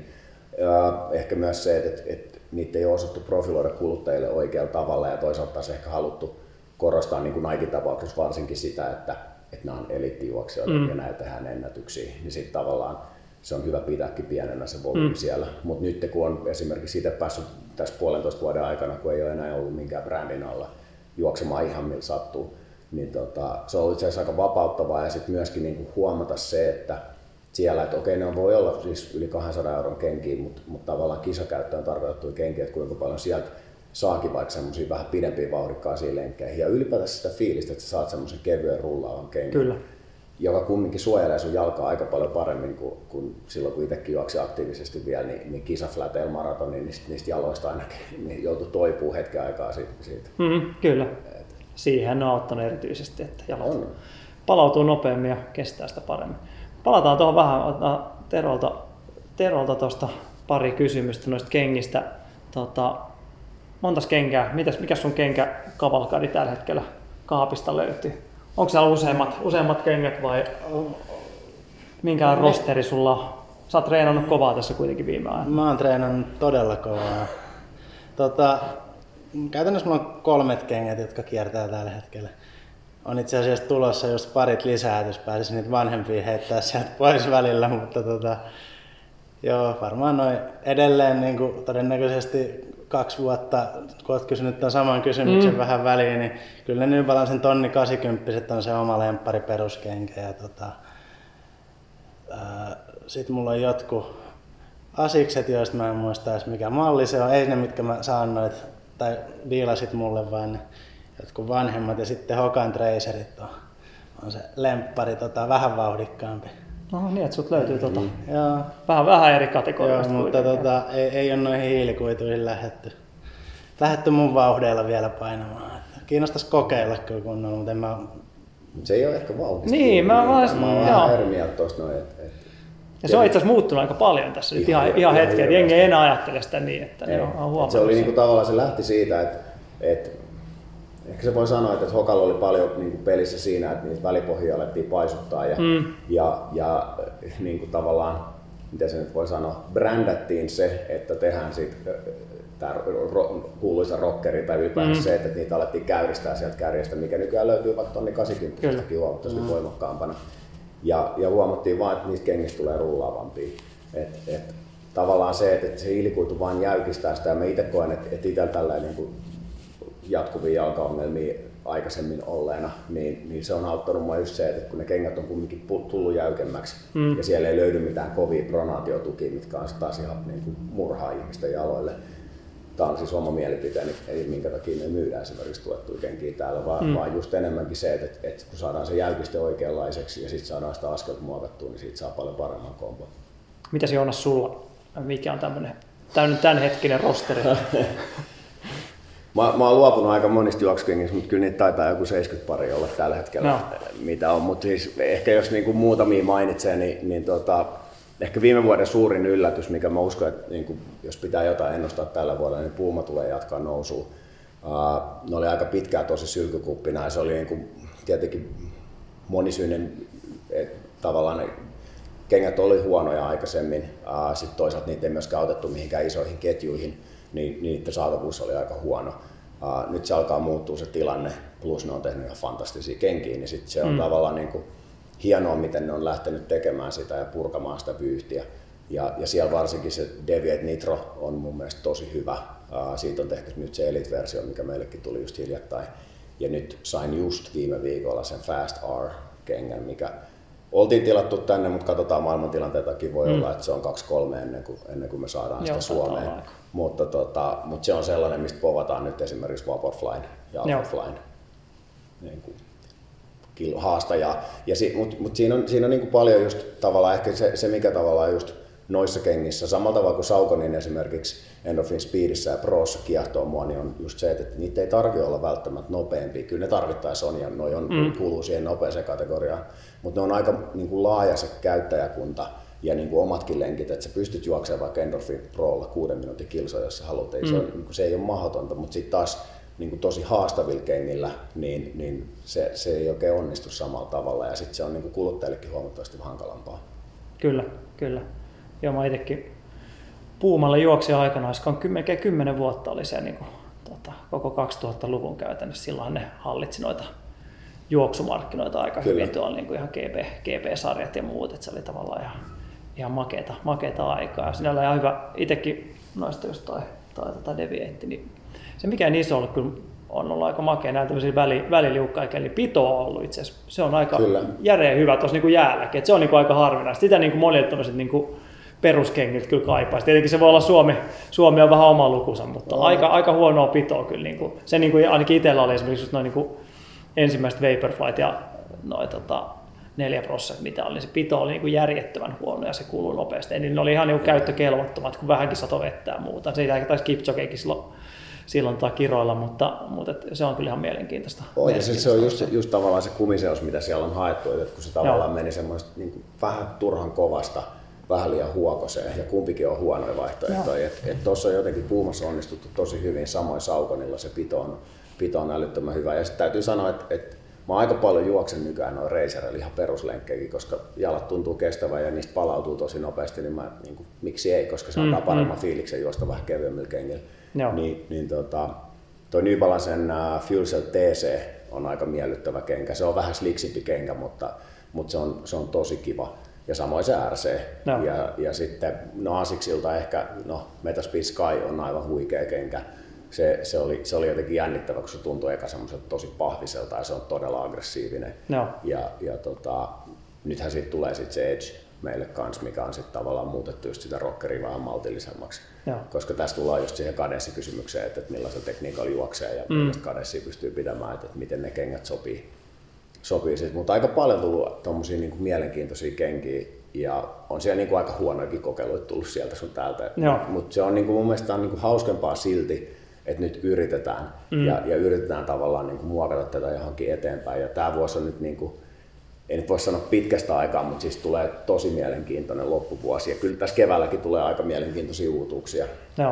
Ja ehkä myös se, että, että niitä ei ole osattu profiloida kuluttajille oikealla tavalla ja toisaalta taas ehkä haluttu korostaa niin kuin Nike-tapauksessa varsinkin sitä, että, että nämä on eliittijuoksijoita mm. ja näillä tehdään ennätyksiä, niin sitten tavallaan se on hyvä pitääkin pienenä se volyymi mm. siellä. Mutta nyt kun on esimerkiksi itse päässyt tässä puolentoista vuoden aikana, kun ei ole enää ollut minkään brändin alla juoksemaan ihan millä sattuu, niin tota, se on itse asiassa aika vapauttavaa ja sitten myöskin niin kuin huomata se, että siellä, että okei, ne voi olla siis yli kahdensadan euron kenkiä, mutta, mutta tavallaan kisakäyttöön tarkoitettuja kenkiä, että kuinka paljon sieltä saakin vaikka semmoisia vähän pidempiä vauhdikkaisia lenkkeihin. Ja ylipäätään sitä fiilistä, että sä saat semmoisen kevyen rullaavan kenkin, Kyllä. joka kumminkin suojelee sun jalkaa aika paljon paremmin kuin, kuin silloin, kun itsekin juoksi aktiivisesti vielä, niin, niin kisafläteillä maratonin, niin niistä jaloista ainakin niin joutui toipuu hetken aikaa siitä. siitä. Mm, kyllä, Et. siihen on auttanut erityisesti, että jalat on. palautuu nopeammin ja kestää sitä paremmin. Palataan tuohon vähän, otetaan Terolta, Terolta tuosta pari kysymystä noista kengistä. Tota, montas kenkää, mitäs, mikä sun kenkäkavalkadi tällä hetkellä kaapista löytyy? Onko siellä useammat, useammat kengät vai minkälainen rosteri sulla on? Sä oot treenannut kovaa tässä kuitenkin viime ajan. Mä oon treenannut todella kovaa. Tota, käytännössä mulla on kolmet kengät, jotka kiertää tällä hetkellä. On itse asiassa tulossa just parit lisää, jos pääsis niitä vanhempia heittää sieltä pois välillä, mutta tota, joo, varmaan noin edelleen niin kuin todennäköisesti kaksi vuotta, kun olet kysynyt tämän saman kysymyksen mm. vähän väliin, niin kyllä ne New Balancen tonni kahdeksankymmentä on se oma lemppari peruskenkä. Ja tota, sitten mulla on jotkut Asicset, joista mä en muista edes mikä malli se on, ei ne mitkä mä saannoit tai diilasit mulle, vaan ne jotkut vanhemmat ja sitten Hokan Tracerit on, on se lemppari tota, vähän vauhdikkaampi. No niin, että sut löytyy tota, mm. Joo. vähän, vähän eri kategoriasta. Joo, mutta tota, ei, ei ole noihin hiilikuituihin lähdetty, lähdetty mun vauhdeilla vielä painamaan. Kiinnostaisi kokeilla kyllä kunnolla, mutta en mä... Se ei ole ehkä vauhdista. Niin, mä, mä, mä, mä oon vähän eri mieltä tuosta noin. Et, et, ja se on itse asiassa muuttunut aika paljon tässä ihan, nyt ihan, ihan, ihan hetken, että jengi ei enää ajattele sitä niin, että ei, ne on huomannut. Se oli niinku tavallaan, se lähti siitä, että et, ehkä se voi sanoa, että Hokalla oli paljon niinku pelissä siinä, että niitä välipohjia alettiin paisuttaa ja, mm. ja, ja niinku tavallaan, miten se nyt voi sanoa, brändättiin se, että tehdään siitä tämä ro, kuuluisa rockeri tai ylipäänsä mm. se, että niitä alettiin käyristää sieltä kärjestä, mikä nykyään löytyy vaikka tonni kahdeksankymmentä huomattavasti mm. voimakkaampana. Ja, ja huomattiin vaan, että niistä kengistä tulee rullaavampia. Et, et, tavallaan se, että, että se hiilikuitu vaan jäykistää sitä, ja mä itse koen, että, että itsellä tällainen niin kuin jatkuvia jalkaongelmia aikaisemmin olleena, niin, niin se on auttanut mua just se, että kun ne kengät on kumminkin tullut jäykemmäksi mm. ja siellä ei löydy mitään kovia pronaatiotukia, mitkä on taas ihan niin kuin murhaa ihmisten jaloille. Tämä on siis oma mielipiteeni, ei minkä takia me myydään esimerkiksi tuettuja kenkiä täällä, vaan, mm. vaan just enemmänkin se, että, että kun saadaan se jäykiste oikeanlaiseksi ja sitten saadaan sitä askelta muokattua, niin siitä saa paljon paremman kompon. Mitäs Joonas sulla? Mikä on tämmöinen tämänhetkinen rosteri? Mä, mä oon luopunut aika monista juoksukengistä, mutta kyllä niitä taitaa joku seitsemänkymmentä pari olla tällä hetkellä, no. mitä on. Mutta siis ehkä jos niinku muutamia mainitsee, niin, niin tota, ehkä viime vuoden suurin yllätys, mikä mä uskon, että niinku, jos pitää jotain ennustaa tällä vuodella, niin Puma tulee jatkaa nousua. Uh, ne oli aika pitkään tosi sylkykuppina ja se oli niinku, tietenkin monisyinen, et, tavallaan ne kengät oli huonoja aikaisemmin, uh, sitten toisaalta niitä ei myöskään otettu mihinkään isoihin ketjuihin. Niin niiden saatavuus oli aika huono. Uh, nyt se alkaa muuttua se tilanne, plus ne on tehnyt ihan fantastisia kenkiä, niin sit se on mm. tavallaan niin kuin hienoa, miten ne on lähtenyt tekemään sitä ja purkamaan sitä vyyhtiä. Ja, ja siellä varsinkin se Deviate Nitro on mun mielestä tosi hyvä. Uh, siitä on tehty nyt se Elite-versio, mikä meillekin tuli just hiljattain. Ja nyt sain just viime viikolla sen Fast R-kengän, mikä oltiin tilattu tänne, mutta katsotaan maailmantilanteetakin, voi mm. olla, että se on kaksi kolme ennen kuin, ennen kuin me saadaan Joo, sitä Suomeen. Mutta, tota, mutta se on sellainen, mistä povataan nyt esimerkiksi Vaporflyn ja Alphaflyn niin kuin haastajaa. Ja si, mutta mut siinä on, siinä on niin kuin paljon just tavallaan ehkä se, se, mikä tavallaan just noissa kengissä, samalla tavalla kuin Sauconin esimerkiksi Endorphin Speedissä ja Prossa kiehtoo mua, niin on just se, että niitä ei tarvitse olla välttämättä nopeampia. Kyllä ne tarvittaisiin on ja noi on, mm. kuuluu siihen nopeeseen kategoriaan, mutta ne on aika niin kuin laaja se käyttäjäkunta ja niin kuin omatkin lenkit, että sä pystyt juoksemaan vaikka Endorphin Prolla kuuden minuutin kilsoja, jos sä haluat. Mm. Se, on, niin kuin, se ei ole mahdotonta, mutta sitten taas niin kuin tosi haastavilla kengillä, niin, niin se, se ei oikein onnistu samalla tavalla ja sitten se on niin kuin kuluttajillekin huomattavasti hankalampaa. Kyllä, kyllä. Joo, mä itsekin Puumalle juoksin aikana, koska melkein kymmenen vuotta oli se niin kuin, tota, koko kaksituhattaluvun käytännössä. Silloin ne hallitsi noita juoksumarkkinoita aika Kyllä. hyvin, tuolla niin kuin ihan G P, G P-sarjat ja muut, että se oli tavallaan ihan, ihan makeata, makeata aikaa. Siinä oli ihan hyvä, itsekin noista just toi, toi tota Deviate, niin se mikä niissä on ollut kyllä on ollut aika makea, näin tämmöisiä väli, väliliukkaita, eli pito on ollut itse asiassa. Se on aika Kyllä. järeä hyvä tuossa niin jäälläkin, että se on niin kuin aika harvinaista. Sitä niin kuin monille tämmöiset niin kuin peruskengiltä kyllä kaipaisi. Tietenkin se voi olla Suomi, Suomi on vähän oma lukunsa, mutta no. aika, aika huonoa pitoa kyllä. Niin kuin, se niin kuin, ainakin itsellä oli esimerkiksi just noin niin kuin ensimmäiset Vaporflyt ja noin tota, neljä prosenttia, mitä oli, se pito oli niin kuin järjettömän huono ja se kuluu nopeasti. Eli ne oli ihan niin kuin käyttökelvottomat, kun vähänkin sato vettä ja muuta. Siitä taisi Kipchogekin silloin, silloin kiroilla, mutta, mutta se on kyllä ihan mielenkiintoista. Oh, ja se, se on just, just tavallaan se kumiseos, mitä siellä on haettu, että kun se tavallaan Joo. meni semmoista niin kuin vähän turhan kovasta, vähän liian huokoseen ja kumpikin on huonoja vaihtoehtoja. Tuossa on jotenkin Pumassa onnistuttu tosi hyvin, samoin Sauconilla se pito on, pito on älyttömän hyvä. Ja sitten täytyy sanoa, että, että mä aika paljon juoksen nykyään noin racereilla ihan peruslenkkeikin, koska jalat tuntuu kestävän ja niistä palautuu tosi nopeasti, niin, mä, niin kuin, miksi ei, koska se antaa mm, paremman mm. fiiliksen juosta vähän kevyemmillä kengillä. Niin, niin tota, toi New Balancen uh, Fuel Cell T C on aika miellyttävä kenkä. Se on vähän sliksimpi kenkä, mutta, mutta se, on, se on tosi kiva. Ja samoin se R C. No. Ja, ja sitten no Asicsilta ehkä, no Metaspeed Sky on aivan huikea kenkä. Se, se, oli, se oli jotenkin jännittävä, kun se tuntui eka semmoiselta tosi pahviselta ja se on todella aggressiivinen. No. Ja, ja tota, nythän siitä tulee sit se Edge meille kanssa, mikä on sitten tavallaan muutettu just sitä rockeria vähän maltillisemmaksi. No. Koska tässä tullaan just siihen kadenssikysymykseen, että, että millaisella tekniikalla juoksee ja mm. millaista kadenssia pystyy pitämään, että, että miten ne kengät sopii. sopii siis. Mutta aika paljon tullut tommosia niinku mielenkiintoisia kenkiä ja on siellä niinku aika huonoikin kokeiluja tullut sieltä sun täältä. Mutta se on niinku, mun mielestä on niinku hauskempaa silti, että nyt yritetään mm. ja, ja yritetään tavallaan niinku muokata tätä johonkin eteenpäin. Ja tää vuosi on nyt, niinku, en nyt voi sanoa pitkästä aikaa, mutta siis tulee tosi mielenkiintoinen loppuvuosi. Ja kyllä tässä keväälläkin tulee aika mielenkiintoisia uutuuksia. Joo.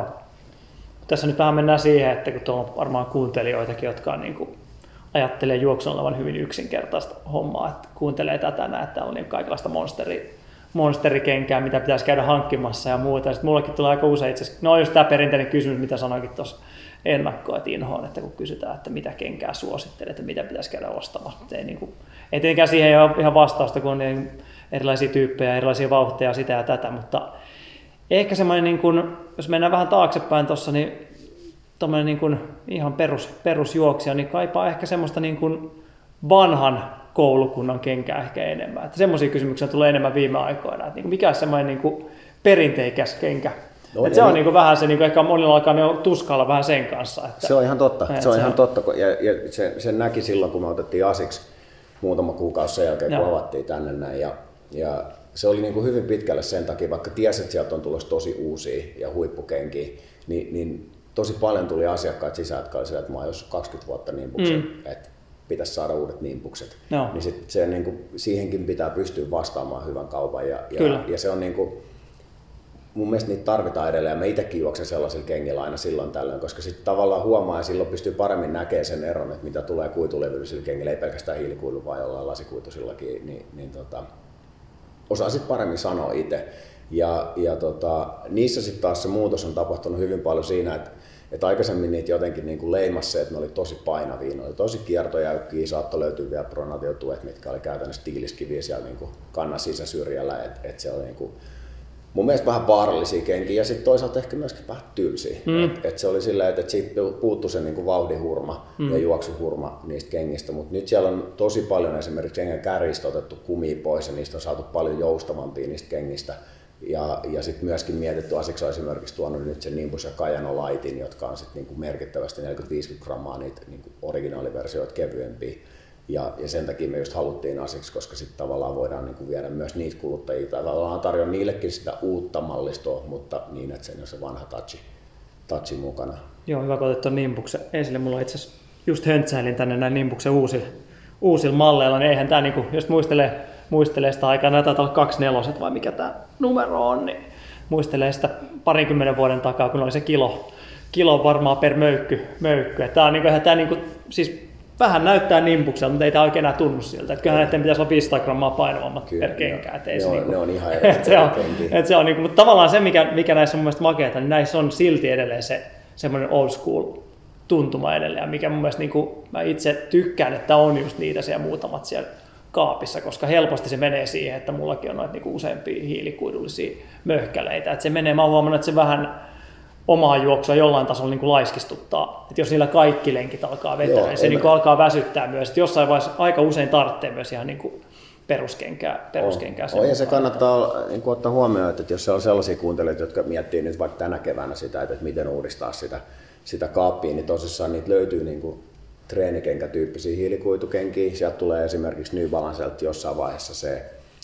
Tässä nyt vähän mennään siihen, että kun tuolla on varmaan kuuntelijoitakin, jotka on niinku ajattelee juoksun olevan hyvin yksinkertaista hommaa, että kuuntelee tätä näin, että täällä on niin kaikenlaista monsteri, monsterikenkää, mitä pitäisi käydä hankkimassa ja muuta. Sitten mullekin tulee aika usein itse asiassa, no just tämä perinteinen kysymys, mitä sanoinkin tuossa ennakkoa, että inhoon, että kun kysytään, että mitä kenkää suosittelet, että mitä pitäisi käydä ostamaan. Ei, niin kuin, ei tietenkään siihen ei ole ihan vastausta, kun on niin erilaisia tyyppejä, erilaisia vauhteja, sitä ja tätä, mutta ehkä semmoinen, niin kuin, jos mennään vähän taaksepäin tuossa, niin tuommoinen niin kuin ihan perus, perusjuoksija, niin kaipaa ehkä semmoista niin kuin vanhan koulukunnan kenkää ehkä enemmän. Että semmoisia kysymyksiä tulee enemmän viime aikoina, että mikä on semmoinen niin kuin perinteikäs kenkä. No, se on niin, niin kuin vähän se, niin kuin ehkä monilla alkaa ne tuskailla vähän sen kanssa. Että, se on ihan totta, se on se ihan on... totta. Ja, ja se, sen näki silloin, kun me otettiin asiksi muutama kuukausi sen jälkeen, kun Joo. avattiin tänne näin. Ja, ja se oli niin kuin hyvin pitkälle sen takia, vaikka tiesi, että sieltä on tulossa tosi uusia ja huippukenkiä, niin, niin tosi paljon tuli asiakkaat sisään, jotka oli sillä, että mä oon jos kaksikymmentä vuotta niimpuksen, mm. että pitäisi saada uudet niimpukset. No. Niin sit se, niin kuin, siihenkin pitää pystyä vastaamaan hyvän kaupan. Ja, ja, ja se on niin kuin, mun mielestä niitä tarvitaan edelleen, ja mä itsekin juoksen sellaisilla kengillä aina silloin tällöin, koska sitten tavallaan huomaa ja silloin pystyy paremmin näkemään sen eron, että mitä tulee kuitulevyisillä kengillä, ei pelkästään hiilikuilu, vaan jollain lasikuitusillakin, niin, niin tota, osaa sitten paremmin sanoa itse. Ja, ja tota, niissä sitten taas se muutos on tapahtunut hyvin paljon siinä, että, että aikaisemmin niitä jotenkin niin kuin leimasi se, että ne oli tosi painavia, ne oli tosi kiertojäykkiä, saattoi löytyä vielä pronatiotuet, mitkä oli käytännössä tiiliskiviä siellä niin kuin kannan sisäsyrjällä, että, että se oli niin kuin, mun mielestä vähän vaarallisia kenkiä ja sitten toisaalta ehkä myöskin vähän tylsiä. Mm. Et, et se oli silleen, että et siitä puuttui se niinku vauhdihurma mm. ja juoksuhurma niistä kengistä, mutta nyt siellä on tosi paljon esimerkiksi kengän kärjistä otettu kumia pois ja niistä on saatu paljon joustavampia niistä kengistä. Ja, ja sitten myöskin mietitty, Asics on esimerkiksi tuonut nyt sen Nimbus ja Kajano Lightin, jotka on sitten niinku merkittävästi neljäkymmentä viisikymmentä grammaa niitä niinku originaaliversioita kevyempiä. Ja, ja sen takia me just haluttiin Asics, koska sitten tavallaan voidaan niinku viedä myös niitä kuluttajia, tai tavallaan tarjoa niillekin sitä uutta mallistoa, mutta niin, että sen on se vanha touchi, touchi mukana. Joo, hyvä kun otit tuon Nimbuksen esille. Mulla itse asiassa just höntsäilin tänne näin Nimbuksen uusilla, uusilla malleilla, niin eihän tämä, niinku, jos muistelee, muistelee sitä aikaa, näitä taitaa olla kaksi neloset vai mikä tämä numero on, niin muistelee sitä parinkymmenen vuoden takaa, kun oli se kilo, kilo varmaan per möykky. möykky. Tämä on niinku, eihän tämä niinku, siis vähän näyttää nimbukselta, mutta ei tämä oikein enää tunnu siltä. Että kyllähän näiden pitäisi olla viisisataa grammaa painavammat per kenkää. Ne, se niinku, ne on ihan erilaisia kenkiä. Se on, niinku, mutta tavallaan se, mikä, mikä näissä on mun mielestä makeata, niin näissä on silti edelleen se semmoinen old school tuntuma edelleen, mikä mun mielestä niinku, mä itse tykkään, että on just niitä siellä muutamat siellä kaapissa, koska helposti se menee siihen, että mullakin on noita niinku useampia hiilikuidullisia möhkäleitä. Että se menee, mä oon huomannut, että se vähän omaa juoksua jollain tasolla niin kuin laiskistuttaa. Että jos niillä kaikki lenkit alkaa vetää, Joo, niin se niin kuin alkaa väsyttää myös. Että jossain vaiheessa aika usein tarvitsee myös ihan niin kuin peruskenkää. peruskenkää on, on, ja se kannattaa niin kuin ottaa huomioon, että jos on sellaisia kuuntelijoita, jotka miettii nyt vaikka tänä keväänä sitä, että miten uudistaa sitä, sitä kaappia, niin tosissaan niitä löytyy niin kuin treenikenkätyyppisiä hiilikuitukenkiä. Sieltä tulee esimerkiksi New Balancelta jossain vaiheessa se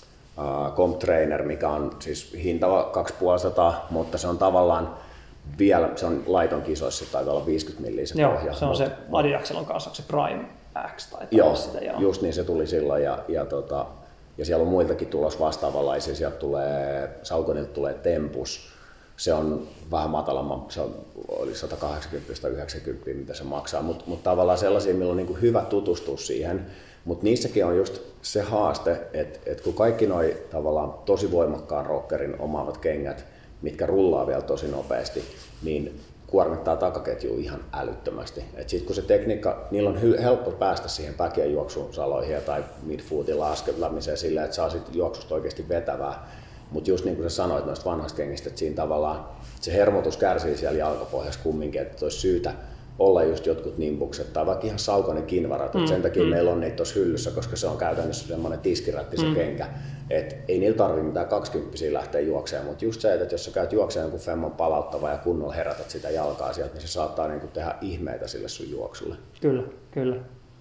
uh, Comp Trainer, mikä on siis hinta kaksisataaviisikymmentä, mutta se on tavallaan vielä, se on laiton kisoissa, taitaa olla viisikymmentä milliä se Joo, pohja. se on mutta, se Adidakselon kanssa, se Prime X tai joo, sitä. Joo, just niin se tuli silloin ja, ja, tota, ja siellä on muiltakin tulos vastaavanlaisia. Sieltä tulee, Sauconilta tulee Tempus, se on vähän matalamman, se on, oli sata kahdeksankymmentä yhdeksänkymmentä, mitä se maksaa, mutta mut tavallaan sellaisia, millä on niinku hyvä tutustua siihen. Mutta niissäkin on just se haaste, että et kun kaikki noi tavallaan tosi voimakkaan rockerin omaavat kengät, mitkä rullaa vielä tosi nopeasti, niin kuormittaa takaketjua ihan älyttömästi. Et sit kun se tekniikka, niillä on helppo päästä siihen päkien juoksusaloihin tai midfootin lasketamiseen silleen, että saa sit juoksusta oikeasti vetävää. Mutta just niin kuin sä sanoit noista vanhasta kengistä, että siinä tavallaan se hermotus kärsii siellä jalkapohjassa kumminkin, että olisi syytä olla just jotkut nimbukset tai vaikka ihan Sauconin kinvarat. Mm, sen takia mm. meillä on niitä tuossa hyllyssä, koska se on käytännössä semmoinen tiskirätti se mm. kenkä. Et ei niillä tarvitse mitään kaksikymppisiä lähteä juokseen, mutta just se, että jos sä käyt juokseen jonkun femman palauttava ja kunnolla herätät sitä jalkaa sieltä, niin se saattaa niinku tehdä ihmeitä sille sun juoksulle. Kyllä, kyllä.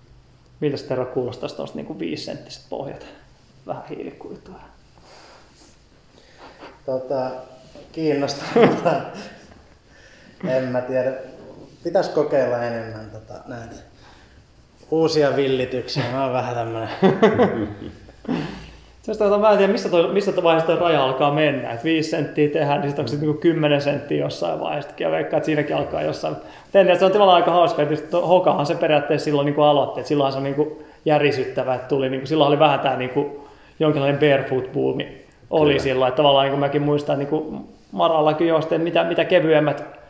Mitäs Tero kuulostaisi tuosta niinku viisisenttiset pohjat? Vähän hiilikuitua. Tota, kiinnostavaa. En mä tiedä. Pitäis kokeilla enemmän tota, näitä uusia villityksiä. Mä oon vähän tämmönen. Sitä, mä en tiedä, missä, toi, missä vaiheessa tuo raja alkaa mennä. Et viisi senttiä tehdään, niin sitten onko se niinku kymmenen senttiä jossain vaiheessa. Ja veikkaan, että siinäkin alkaa jossain. Tiedän, se on tavallaan aika hauska, että Hokahan se periaatteessa silloin niinku aloitti. Et silloinhan se on niinku järisyttävä. Että tuli, niinku, silloin oli vähän tää niinku, jonkinlainen barefoot-buumi oli silloin. Että tavallaan niin kuin mäkin muistan, niin kuin Marallakin juosteen, mitä, mitä kevyemmät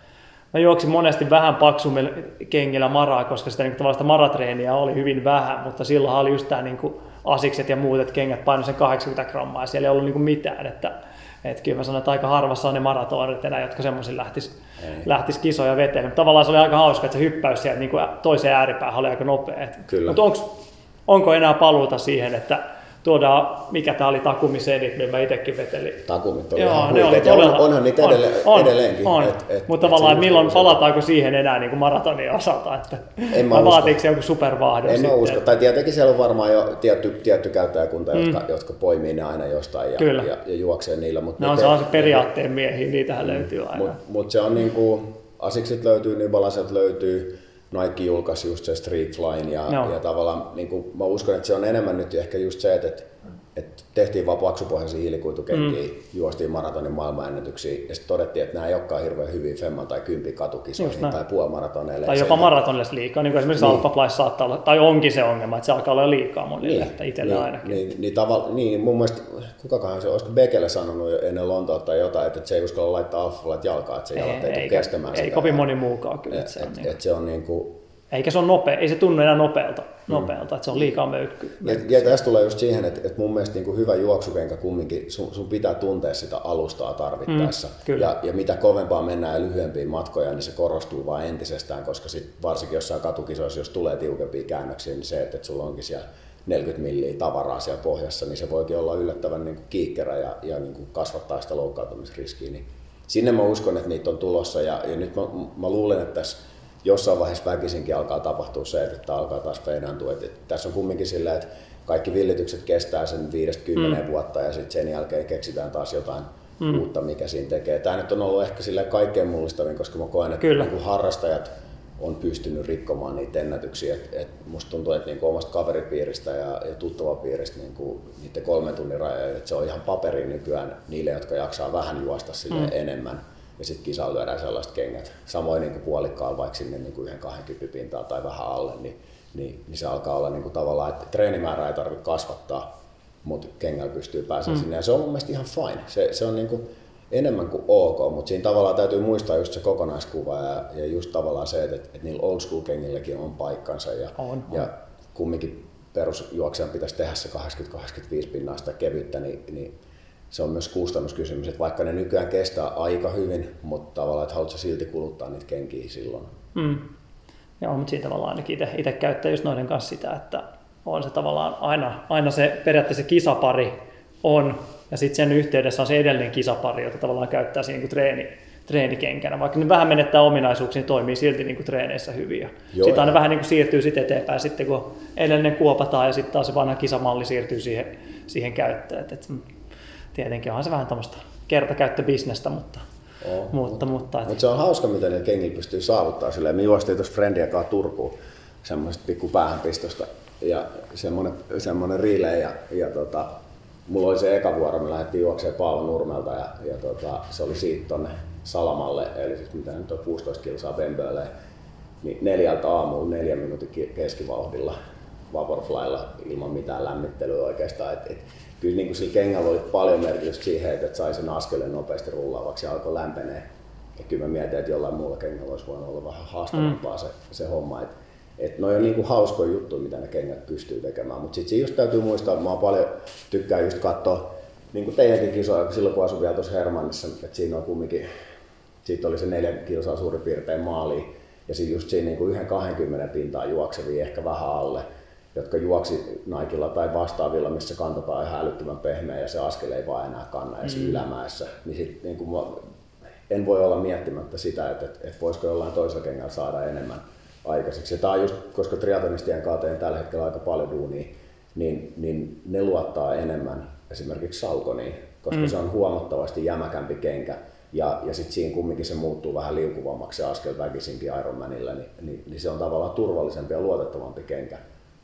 mä juoksin monesti vähän paksummilla kengillä maraa, koska sitä niin tavallaan sitä maratreeniä oli hyvin vähän, mutta silloin oli just tämä niin asikset ja muut, että kengät painoi sen kahdeksankymmentä grammaa ja siellä ei ollut niin mitään. Että, että kyllä mä sanoin, että aika harvassa on ne maratonerit enää, jotka semmoisin lähtis, lähtis kisoja veteen. Mutta tavallaan se oli aika hauska, että se hyppäys sieltä niin toiseen ääripäähän oli aika nopea. Mutta onko, onko enää paluuta siihen, että tuodaan, mikä tämä oli Takumi-sedit, niin mä itsekin vetelin. Takumit oli Joo, ihan ne oli huikeita. todella, On, onhan niitä on, edelle, on, edelleenkin. On. Et, et, Mutta et tavallaan milloin se, palataanko siihen enää niin kuin maratonin osalta, että en mä vaatiiko se joku supervahdon En sitten? mä usko. Tai tietenkin siellä on varmaan jo tietty, tietty käyttäjäkunta, mm. jotka, jotka poimii ne aina jostain ja, ja, ja juoksee niillä. Mut ne on sellaiset periaatteen miehiä, niitähän mm. löytyy aina. Mutta mut se on niinku, Asikset löytyy, New Balanceet löytyy, Nike julkaisi just se Street Flyn ja, no. ja tavallaan niinku, mä uskon, että se on enemmän nyt ehkä just se, että et tehtiin vaan paksupohjaisia hiilikuitukenkiä, mm. juostiin maratonin maailmanennätyksiä ja sitten todettiin, että nämä ei olekaan hirveän hyviä femman tai kympi katukisoihin tai puolimaratoneille. Tai jopa maratonille liikaa, niin kuin esimerkiksi niin. Alpha Fly saattaa olla, tai onkin se ongelma, että se alkaa olla liikaa monille, niin. itselle niin, ainakin. Niin, niin, tavalla, niin mun mielestä, kukakaan se, olisiko Bekele sanonut ennen Lontoa tai jotain, että se ei uskalla laittaa Alpha Flyt jalkaan, että se jalat ei, ei tule kestämään sitä. Ei kovin moni muukaan kyllä. Et, se et, on et, niin. et se on niin kuin, eikä se on nopea, ei se tunnu enää nopealta, nopealta mm. että se on liikaa möykkyä. Ja, ja tässä tulee just siihen, että, että mun mielestä niin kuin hyvä juoksukenkä kumminkin, sun, sun pitää tuntea sitä alustaa tarvittaessa. Mm, ja, ja mitä kovempaa mennään ja lyhyempiin matkoja, niin se korostuu vaan entisestään, koska sit varsinkin jossain katukisoissa, jos tulee tiukempia käännöksiä, niin se, että, että sulla onkin siellä neljäkymmentä milliä tavaraa siellä pohjassa, niin se voikin olla yllättävän niin kuin kiikkerä ja, ja niin kuin kasvattaa sitä loukkaantumisriskiä. Niin sinne mä uskon, että niitä on tulossa ja, ja nyt mä, mä luulen, että tässä jossain vaiheessa väkisinkin alkaa tapahtua se, että alkaa taas feidaantua. Tässä on kumminkin silleen, että kaikki villitykset kestää sen viidestä kymmeneen mm. vuotta ja sitten sen jälkeen keksitään taas jotain mm. uutta, mikä siinä tekee. Tämä nyt on ollut ehkä silleen kaikkein mullistavin, koska mä koen, että niin harrastajat on pystynyt rikkomaan niitä ennätyksiä. Et, et musta tuntuu, että niinku omasta kaveripiiristä ja, ja tuttavapiiristä niinku, niiden kolmen tunnin rajoja, että se on ihan paperi nykyään niille, jotka jaksaa vähän juosta mm. enemmän. Ja sitten kisaan lyödään sellaiset kengät. Samoin niin kuin puolikkaalla vaikka sinne niin kuin yhden kahdenkymmenen pintaan tai vähän alle, niin, niin, niin se alkaa olla niin kuin tavallaan, että treenimäärää ei tarvitse kasvattaa, mutta kengällä pystyy pääsemään mm. sinne. Ja se on mun mielestä ihan fine. Se, se on niin kuin enemmän kuin ok, mutta siinä tavallaan täytyy muistaa just se kokonaiskuva ja, ja just tavallaan se, että, että niillä old school kengilläkin on paikkansa. Ja, on, ja on. kumminkin perusjuoksijan pitäisi tehdä se kaksikymmentä kaksikymmentäviisi pinnaa sitä kevyttä, niin, niin se on myös kustannuskysymys, että vaikka ne nykyään kestää aika hyvin, mutta tavallaan, että haluatko silti kuluttaa niitä kenkiä silloin. Mm. Joo, mutta siinä tavallaan ainakin itse käyttää just noiden kanssa sitä, että on se tavallaan aina, aina se periaatteessa se kisapari on, ja sitten sen yhteydessä on se edellinen kisapari, jota tavallaan käyttää siinä niin kuin treeni, treenikenkänä. Vaikka ne vähän menettää ominaisuuksia, niin toimii silti niin kuin treeneissä hyvin. Sitten aina vähän niin kuin siirtyy sit eteenpäin, sitten kun edellinen kuopataan ja sitten taas se vanha kisamalli siirtyy siihen, siihen käyttöön. Et, et, tietenkin onhan se vähän tämmöistä kertakäyttöbisnestä, mutta... Oh, mutta, mutta, mutta se on hauska, miten niillä kengillä pystyy saavuttaa silleen. Me juostiin tuossa Friendien kanssa Turkuun semmoisesta pikku päähänpistosta ja semmoinen, semmoinen relay ja, ja tota, mulla oli se eka vuoro, me lähdettiin juoksemaan Paavo Nurmelta ja, ja tota, se oli siitä tonne Salamalle, eli siis mitä nyt on kuusitoista kilsaa Bemböölle, niin neljältä aamulla neljän minuutin keskivauhdilla Vaporflylla ilman mitään lämmittelyä oikeastaan. Et, et, kyllä niin kuin sillä kengällä oli paljon merkitystä siihen, että sai sen askeleen nopeasti rullaavaksi ja alkoi lämpenee. Ja kyllä mä mietin, että jollain muulla kengällä olisi voinut olla vähän haastavampaa mm. se, se homma. Että et noi on niin kuin hauskoja juttuja, mitä ne kengät pystyy tekemään. Mutta sitten just täytyy muistaa, että mä paljon tykkään just katsoa niin kuin teidänkin kisoja, silloin kun asuin vielä tuossa Hermannissa, että siinä on kumminkin, siitä oli se neljän kilsaa suurin piirtein maaliin. Ja sitten just siinä niin kuin yhden kahdenkymmenen pintaa juoksevia ehkä vähän alle, jotka juoksi Nikella tai vastaavilla, missä kantapää on ihan älyttömän pehmeä ja se askel ei vaan enää kanna ja mm. ylämäessä. Niin sit, niin kuin mä, en voi olla miettimättä sitä, että, että, että voisiko jollain toisella kengällä saada enemmän aikaiseksi. Ja tää on just, koska triatlonistien kanssa teen tällä hetkellä aika paljon duunia, niin, niin ne luottaa enemmän esimerkiksi Salconiin, koska mm. se on huomattavasti jämäkämpi kenkä. Ja, ja sitten siinä kumminkin se muuttuu vähän liukuvammaksi se askel väkisinkin Ironmanilla, niin, niin, niin se on tavallaan turvallisempi ja luotettavampi kenkä.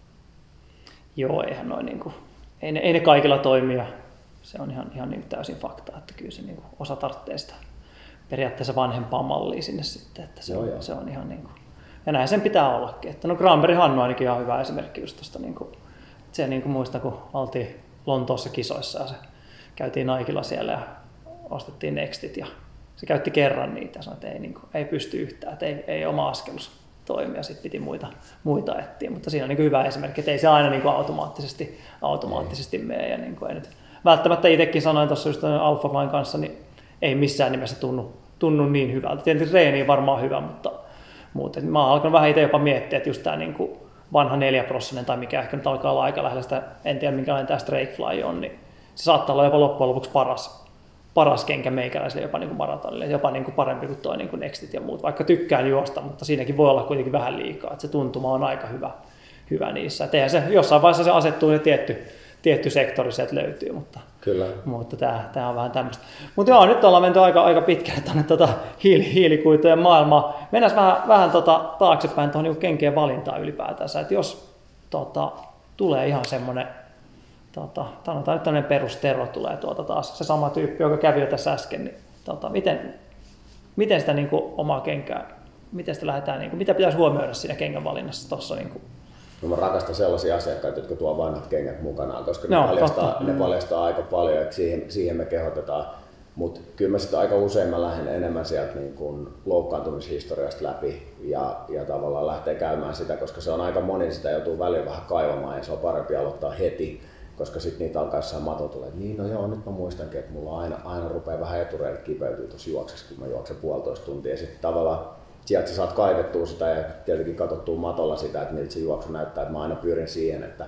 Joo, eihän noin niinku, ei ne, ei ne kaikilla toimia. Se on ihan, ihan niin täysin fakta, että kyllä se niinku osa tarvitsee sitä periaatteessa vanhempaa mallia sinne sitten, että se, on, se on ihan niinku, ja näin sen pitää ollakin. Että no Granberg Hannu ainakin ihan hyvä esimerkki just tosta niinku, se niinku muistan, kun oltiin Lontoossa kisoissa ja se käytiin Nikella siellä ja ostettiin Nextit ja se käytti kerran niitä, sanoi, että ei, niin kuin, ei pysty yhtään, että ei, ei oma askelus toimi ja sitten piti muita, muita etsiä. Mutta siinä on niin kuin hyvä esimerkki, että ei se aina niin kuin automaattisesti, automaattisesti mene. Ja niin kuin ei nyt, välttämättä itsekin sanoin tuossa just Alphaflyn kanssa, niin ei missään nimessä tunnu, tunnu niin hyvältä. Tietysti treeni on varmaan hyvä, mutta muuten. Mä oon alkanut vähän itse jopa miettiä, että just tämä niin kuin vanha neljäprossainen tai mikä ehkä nyt alkaa olla aika lähellä sitä, en tiedä minkälainen tämä Strakefly on, niin se saattaa olla jopa loppujen lopuksi paras, paras kenkä meikäläiselle jopa niin kuin maratonille, jopa niin kuin parempi kuin toi niin kuin Nextit ja muut, vaikka tykkään juosta, mutta siinäkin voi olla kuitenkin vähän liikaa, että se tuntuma on aika hyvä, hyvä niissä. Et eihän se, jossain vaiheessa se asettuu ja tietty, tietty sektori sieltä löytyy, mutta, Kyllä. mutta tämä, tämä on vähän tämmöistä. Mutta joo, nyt ollaan menty aika, aika pitkälle tuonne tota hiili, hiilikuitujen maailmaan. Mennään vähän, vähän tota taaksepäin tuohon niin kenkien valintaan ylipäätänsä, että jos tota, tulee ihan semmoinen, tota, sanotaan nyt tämmöinen perustero tulee tuolta taas, se sama tyyppi, joka kävi jo tässä äsken, niin tota, miten, miten sitä niin kuin, omaa kenkää, miten sitä lähdetään, niin kuin, mitä pitäisi huomioida siinä kengän valinnassa tuossa? Niin kuin? No mä rakastan sellaisia asiakkaita, jotka tuo vanhat kengät mukanaan, koska no, ne, paljastaa, ne paljastaa aika paljon, että siihen, siihen me kehotetaan. Mutta kyllä mä sitten aika usein mä lähden enemmän sieltä niin kun loukkaantumishistoriasta läpi ja, ja tavallaan lähtee käymään sitä, koska se on aika moni, sitä joutuu välillä vähän kaivamaan ja se on parempi aloittaa heti, koska sitten niitä alkaa jossain maton tulee, että niin no joo, nyt mä muistankin, että mulla aina, aina rupeaa vähän etureille kipeytyy tuossa juoksessa, kun mä juoksen puolitoista tuntia ja sitten tavallaan sieltä sä saat kaivettua sitä ja tietenkin katsottua matolla sitä, että miltä se juoksu näyttää. Että mä aina pyrin siihen, että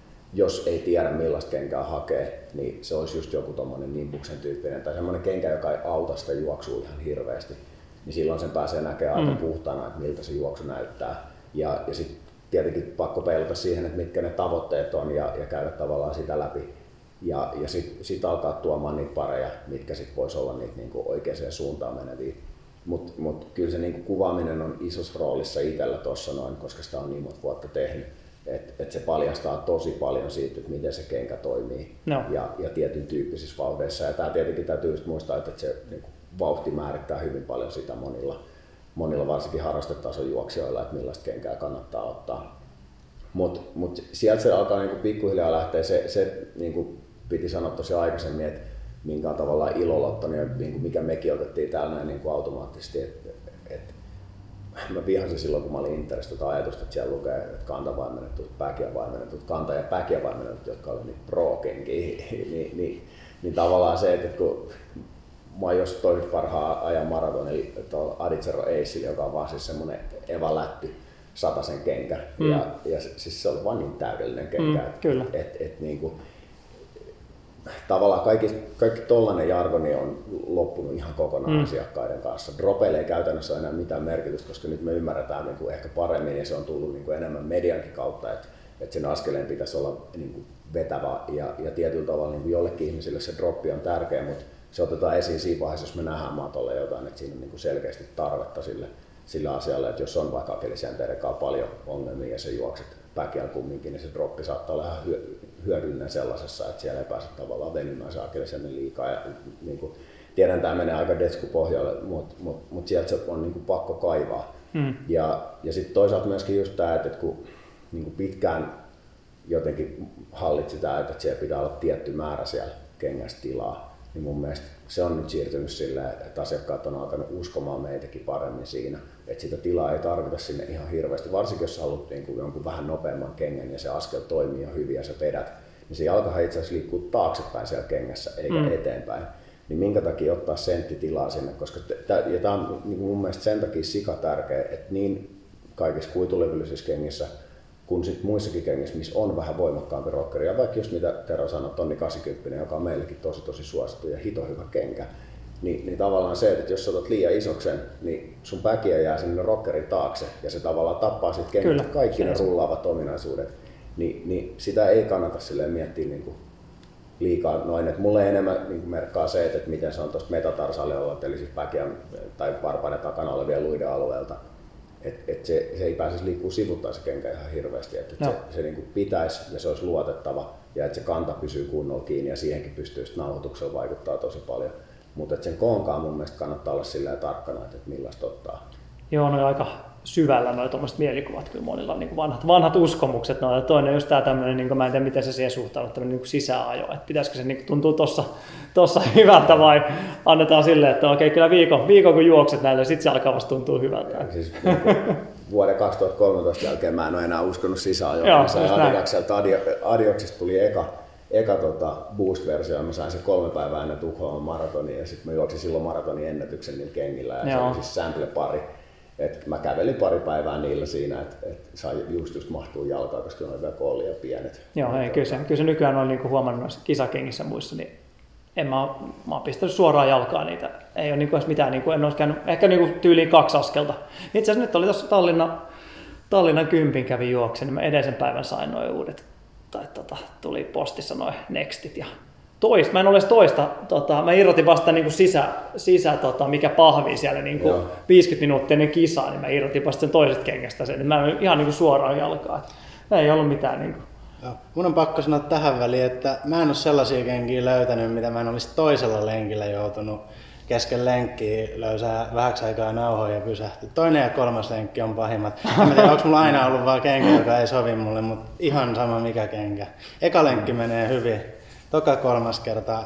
jos ei tiedä millaista kenkää hakee, niin se olisi just joku tommonen nimbuksen tyyppinen tai semmoinen kenkä, joka ei auta sitä juoksua ihan hirveästi. Niin silloin sen pääsee näkemään aika mm. puhtaana, että miltä se juoksu näyttää. Ja, ja sitten tietenkin pakko peilata siihen, että mitkä ne tavoitteet on ja, ja käydä tavallaan sitä läpi. Ja, ja sitten sit alkaa tuomaan niitä pareja, mitkä sitten voisi olla niitä niinku oikeaan suuntaan meneviä. Mutta mut kyllä se niinku kuvaaminen on isossa roolissa itsellä tuossa noin, koska sitä on niin monta vuotta tehnyt. Että et se paljastaa tosi paljon siitä, että miten se kenkä toimii no. ja, ja tietyn tyyppisissä vauhdeissa. Ja tämä tietenkin täytyy just muistaa, että se niinku, vauhti määrittää hyvin paljon sitä monilla, monilla varsinkin harrastetason juoksijoilla, että millaista kenkää kannattaa ottaa. Mutta mut sieltä se alkaa niinku pikkuhiljaa lähteä. Se, se niinku piti sanoa tosiaan aikaisemmin, että minkä on tavallaan ilolotto, niin mikä mekin otettiin täällä näin niin kuin automaattisesti. Et, et, mä vihasin silloin, kun mä olin Interissä tuota ajatusta, että siellä lukee, että kantavaimennetut, päkiävaimennetut, kanta- ja päkiävaimennetut, jotka oli niitä pro-kenkiä. niin, niin, niin tavallaan se, että kun mä oon jos toisit parhaan ajan maratonilla tuolla Adizero Aceillä, joka on vaan siis semmonen evalätty satasen kenkä. Mm. Ja, ja siis se oli vaan niin täydellinen kenkä. Mm, kyllä. Et, et, niin kuin, tavallaan kaikki, kaikki tollainen jargoni on loppunut ihan kokonaan mm. asiakkaiden kanssa. Dropeille ei käytännössä ole enää mitään merkitystä, koska nyt me ymmärretään niin kuin ehkä paremmin ja se on tullut niin kuin enemmän mediankin kautta, että, että sen askeleen pitäisi olla niin kuin vetävä ja, ja tietyllä tavalla niin kuin jollekin ihmisille se droppi on tärkeä, mutta se otetaan esiin siinä vaiheessa, jos me nähdään matolle jotain, että siinä on niin kuin selkeästi tarvetta sille, sille asialle, että jos on vaikka akilisjänteiden kanssa paljon ongelmia ja se juokset päkiällä kumminkin, niin se droppi saattaa olla ihan hyödyllinen sellaisessa, että siellä ei pääse tavallaan venymään se akilisjänne liikaa. Ja, niin kuin, tiedän, että tämä menee aika deskupohjalle, mutta mut, mut sieltä se on niin kuin pakko kaivaa. Mm. Ja, ja sitten toisaalta myöskin just tämä, että kun niin kuin pitkään jotenkin hallitsi tämä, että siellä pitää olla tietty määrä siellä kengässä tilaa, niin mun mielestä se on nyt siirtynyt silleen, että asiakkaat on alkanut uskomaan meitäkin paremmin siinä, että sitä tilaa ei tarvita sinne ihan hirveästi. Varsinkin jos sä haluat niin kuin jonkun vähän nopeamman kengän ja se askel toimii jo hyvin ja sä vedät, niin se jalkahan itse asiassa liikkuu taaksepäin siellä kengässä eikä mm. eteenpäin. Niin minkä takia ottaa sentti tilaa sinne, koska t- ja tämä on niin kuin mun mielestä sen takia sika tärkeä, että niin kaikissa kuitulevyllisissä kengissä kun sit muissakin kengissä, missä on vähän voimakkaampi rockeri, ja vaikka just mitä Tero sanoi, tonni kahdeksankymmentä, joka on meillekin tosi tosi suosittu ja hito hyvä kenkä, niin, niin tavallaan se, että jos sä otat liian isoksen, niin sun päkiä jää sinne rockerin taakse, ja se tavallaan tappaa sit kengät kaikki ne rullaavat ominaisuudet, niin, niin sitä ei kannata silleen miettiä niin kuin liikaa noin, että mulle enemmän niin merkkaa se, että miten se on tuosta metatarsalleolla, eli siis päkiä tai varpaiden takana olevien luiden alueelta. Että et se, se ei pääsisi liikkua sivuttaa se kenkä ihan hirveästi, että et se, se niinku pitäisi ja se olisi luotettava ja että se kanta pysyy kunnolla kiinni ja siihenkin pystyy nauhoituksella vaikuttaa tosi paljon. Mutta sen koonkaan mun mielestä kannattaa olla silleen tarkkana, että et millaista ottaa. Joo, no aika, syvällä noi tuommoiset mielikuvat kyllä monilla, niin kuin vanhat, vanhat uskomukset. No, ja toinen just tämä tämmöinen, niin kuin, mä en tiedä miten se siihen suhtaudut, tämmöinen niin sisäajo, että pitäisikö se niin kuin, tuntua tuossa tossa hyvältä vai annetaan silleen, että okei, kyllä viikon, viikon kun juokset näille, sitten se alkaa vasta tuntua hyvältä. Siis, niin kuin, vuoden kaksituhattakolmetoista jälkeen mä en ole enää uskonut sisäajoon. Mä sain Adidakselta, Adioksista tuli eka, eka tota boost-versio, mä sain se kolme päivää ennen Tukholman maratonia ja sitten mä juoksin silloin maratonin ennätyksen niillä kengillä ja Joo. se oli siis sample-pari. Et mä kävelin pari päivää niillä siinä, että et sai just just mahtua jalkaa, koska ne oli vielä koollia pienet. Joo, ei, kyllä, se, kyllä se nykyään on niinku huomannut noissa kisakengissä muissa, niin en mä, mä oon pistänyt suoraan jalkaa niitä. Ei ole niinku edes mitään, niinku, en olisi käynyt ehkä niinku tyyliin kaksi askelta. Itse asiassa nyt oli tuossa Tallinna, Tallinnan kympin kävin juoksen, niin mä edellisen päivän sain noin uudet, tai tota, tuli postissa noin nextit ja toista, mä en ole toista, tota, mä irrotin vasta niinku sisä, sisä tota, mikä pahvii siellä niinku viisikymmentä minuuttia ennen kisaa, niin mä irrotin vasta sen toisesta kengästä sen, mä en ihan niinku suoraan jalkaa, ei ollut mitään niinku. Joo. Mun on pakko sanoa tähän väliin, että mä en ole sellaisia kenkiä löytänyt, mitä mä en olisi toisella lenkillä joutunut kesken lenkkiä löysää vähäksi aikaa nauhoja ja pysähtyä. Toinen ja kolmas lenkki on pahimmat. En tiedä, onko mulla aina ollut vaan kenkä, joka ei sovi mulle, mutta ihan sama mikä kenkä. Eka lenkki menee hyvin. Toka kolmas kerta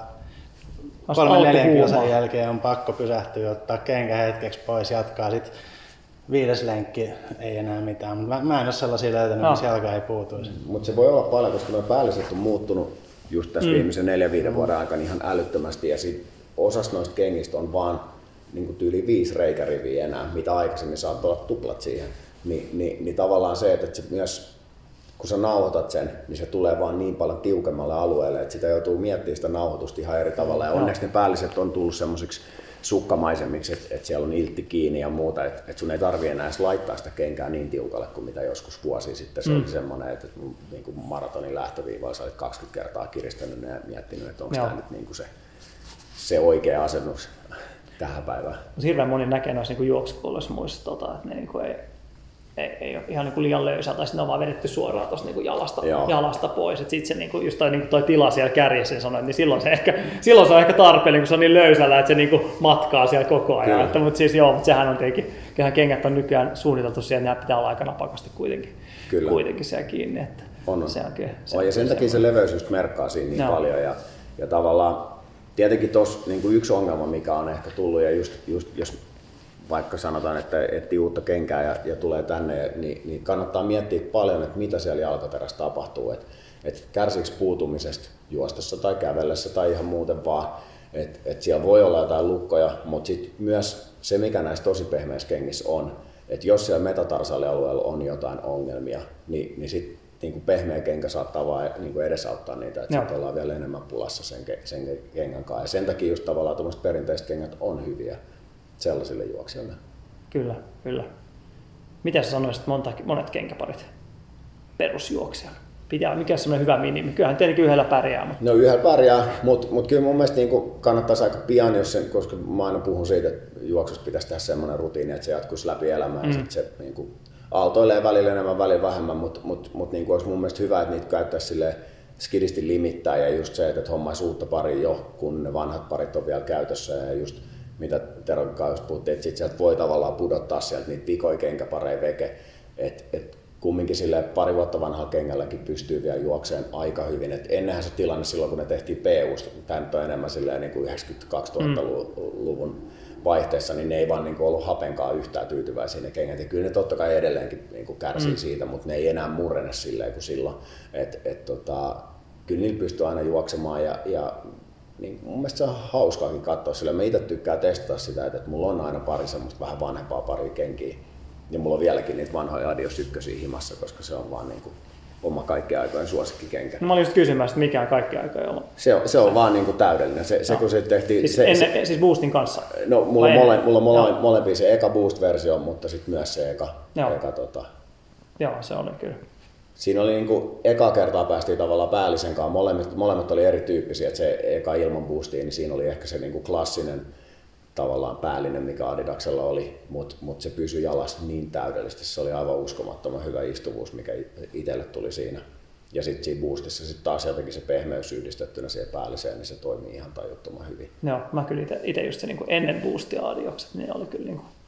kolmen neljän kilsan jälkeen on pakko pysähtyä, ottaa kenkä hetkeksi pois, jatkaa. Sitten viides lenkki ei enää mitään, mutta mä, mä en ole sellaisia löytänyt, no. missä jalka ei puutuisi. Mutta se voi olla paljon, koska nuo päälliset on muuttunut just tässä mm. viimeisen neljän viiden vuoden aikana ihan älyttömästi ja sit osassa noista kengistä on vaan niin tyyli viisi reikäriviä enää, mitä aikaisemmin saattoi olla tuplat siihen. Ni, niin, niin tavallaan se, että se myös kun sä nauhoitat sen, niin se tulee vaan niin paljon tiukemmalle alueelle, että sitä joutuu miettimään sitä nauhoitusta ihan eri tavalla. Ja onneksi ne päälliset on tullut semmoisiksi sukkamaisemmiksi, että, että siellä on iltti kiinni ja muuta, että, että sun ei tarvitse enää edes laittaa sitä kenkää niin tiukalle kuin mitä joskus vuosi sitten. Se mm. oli semmoinen, että niin kuin maratonin lähtöviivalla sä olit kaksikymmentä kertaa kiristänyt ja miettinyt, että onko tämä nyt niin kuin se, se oikea asennus tähän päivään. Hirveän moni näkee noissa niin juoksukouluissa muissa, tota, että ne niin kuin ei Ei, ei ole ihan niin liian löysää, tai sitten on vaan vedetty suoraan tuosta niin jalasta, jalasta pois. Sitten se, niin kuin, just toi, niin toi tila siellä kärjessä, niin, sanoin, niin silloin, se ehkä, silloin se on ehkä tarpeellinen, kun se on niin löysällä, että se niin kuin matkaa siellä koko ajan. Että, mutta siis joo, mutta sehän on tietenkin, kyllähän kengät on nykyään suunniteltu siihen, että pitää olla aika napakasti kuitenkin, kuitenkin siellä kiinni. Että on, on. Se on, kyllä, se on, ja sen takia se leveys just merkkaa siinä niin no. paljon. Ja, ja tavallaan tietenkin tuossa niin yksi ongelma, mikä on ehkä tullut, ja just, just jos vaikka sanotaan, että etsii uutta kenkää ja, ja tulee tänne, niin, niin kannattaa miettiä paljon, että mitä siellä jalkaterässä tapahtuu. Että et kärsiikö puutumisesta juostessa tai kävellessä tai ihan muuten vaan. Että et siellä voi olla jotain lukkoja, mutta sitten myös se, mikä näissä tosi pehmeissä kengissä on, että jos siellä metatarsaalialueella on jotain ongelmia, niin, niin sitten niin pehmeä kenkä saattaa vaan niin edesauttaa niitä, että sitten ollaan vielä enemmän pulassa sen, sen kengän kanssa. Ja sen takia just tavallaan tuommoiset perinteiset kengät on hyviä sellaisille juoksijoille. Kyllä, kyllä. Miten sä sanoisit monta, monet kenkäparit perusjuoksijalle? Pitää, mikä on semmoinen hyvä minimi? Kyllähän tietenkin yhdellä pärjää. Mutta... No yhdellä pärjää, mutta, mutta kyllä mun mielestä niin kannattaisi aika pian, jos sen, koska mä aina puhun siitä, että juoksusta pitäisi tehdä semmoinen rutiini, että se jatkuisi läpi elämää. Mm. Ja sit se niin kuin, aaltoilee välillä enemmän, välillä vähemmän, mutta, mutta, mutta niin kuin olisi mun mielestä hyvä, että niitä käyttäisi silleen skidisti limittää ja just se, että hommaisi uutta paria jo, kun ne vanhat parit on vielä käytössä ja just mitä Teron kanssa puhuttiin, että sit sieltä voi tavallaan pudottaa sieltä niitä pikoja kenkäpareja veke. Et, et kumminkin silleen pari vuotta vanhalla kengälläkin pystyy vielä juokseen aika hyvin. Et ennenhän se tilanne silloin, kun ne tehtiin P U:sta, tämä nyt on enemmän silleen niin kuin yhdeksänkymmentä-kaksituhattaluvun vaihteessa, niin ne ei vaan niin kuin ollut hapenkaan yhtään tyytyväisiä ne kengät. Ja kyllä ne totta kai edelleenkin niin kuin kärsii mm. siitä, mutta ne ei enää murrene silleen kuin silloin. Et, et, tota, kyllä niillä pystyy aina juoksemaan ja, ja niin mun mielestä se on hauskaakin katsoa, sillä mä itse tykkään testata sitä, että mulla on aina pari semmoista vähän vanhempaa paria kenkiä. Ja mulla on vieläkin niitä vanhoja Adios ykkösiä himassa, koska se on vaan niin kuin oma kaikkien aikojen suosikkikenkä. No mä olin just kysymään, että mikä on kaikkien aikojen oma? Se on, se on vaan niin kuin täydellinen. Se, no. se, kun se tehtiin, siis, se, ennen, se, siis Boostin kanssa? No mulla on, mole, mulla on mole, no. molempia se eka Boost-versio, mutta sitten myös se eka. eka tota... Joo, se oli kyllä. Siinä oli niin kuin, eka kertaa päästiin tavallaan päällisen kanssa, molemmat, molemmat oli erityyppisiä, että se eka ilman boostia, niin siinä oli ehkä se niin kuin klassinen tavallaan päällinen, mikä Adidaksella oli, mutta mut se pysyi jalassa niin täydellisesti, se oli aivan uskomattoman hyvä istuvuus, mikä itselle tuli siinä. Ja sitten siinä boostissa sit taas jotenkin se pehmeys yhdistettynä siihen päälliseen, niin se toimii ihan tajuttoman hyvin. Joo, mä kyllä itse just se niin kuin ennen boostia Adiokset, niin oli kyllä niin kuin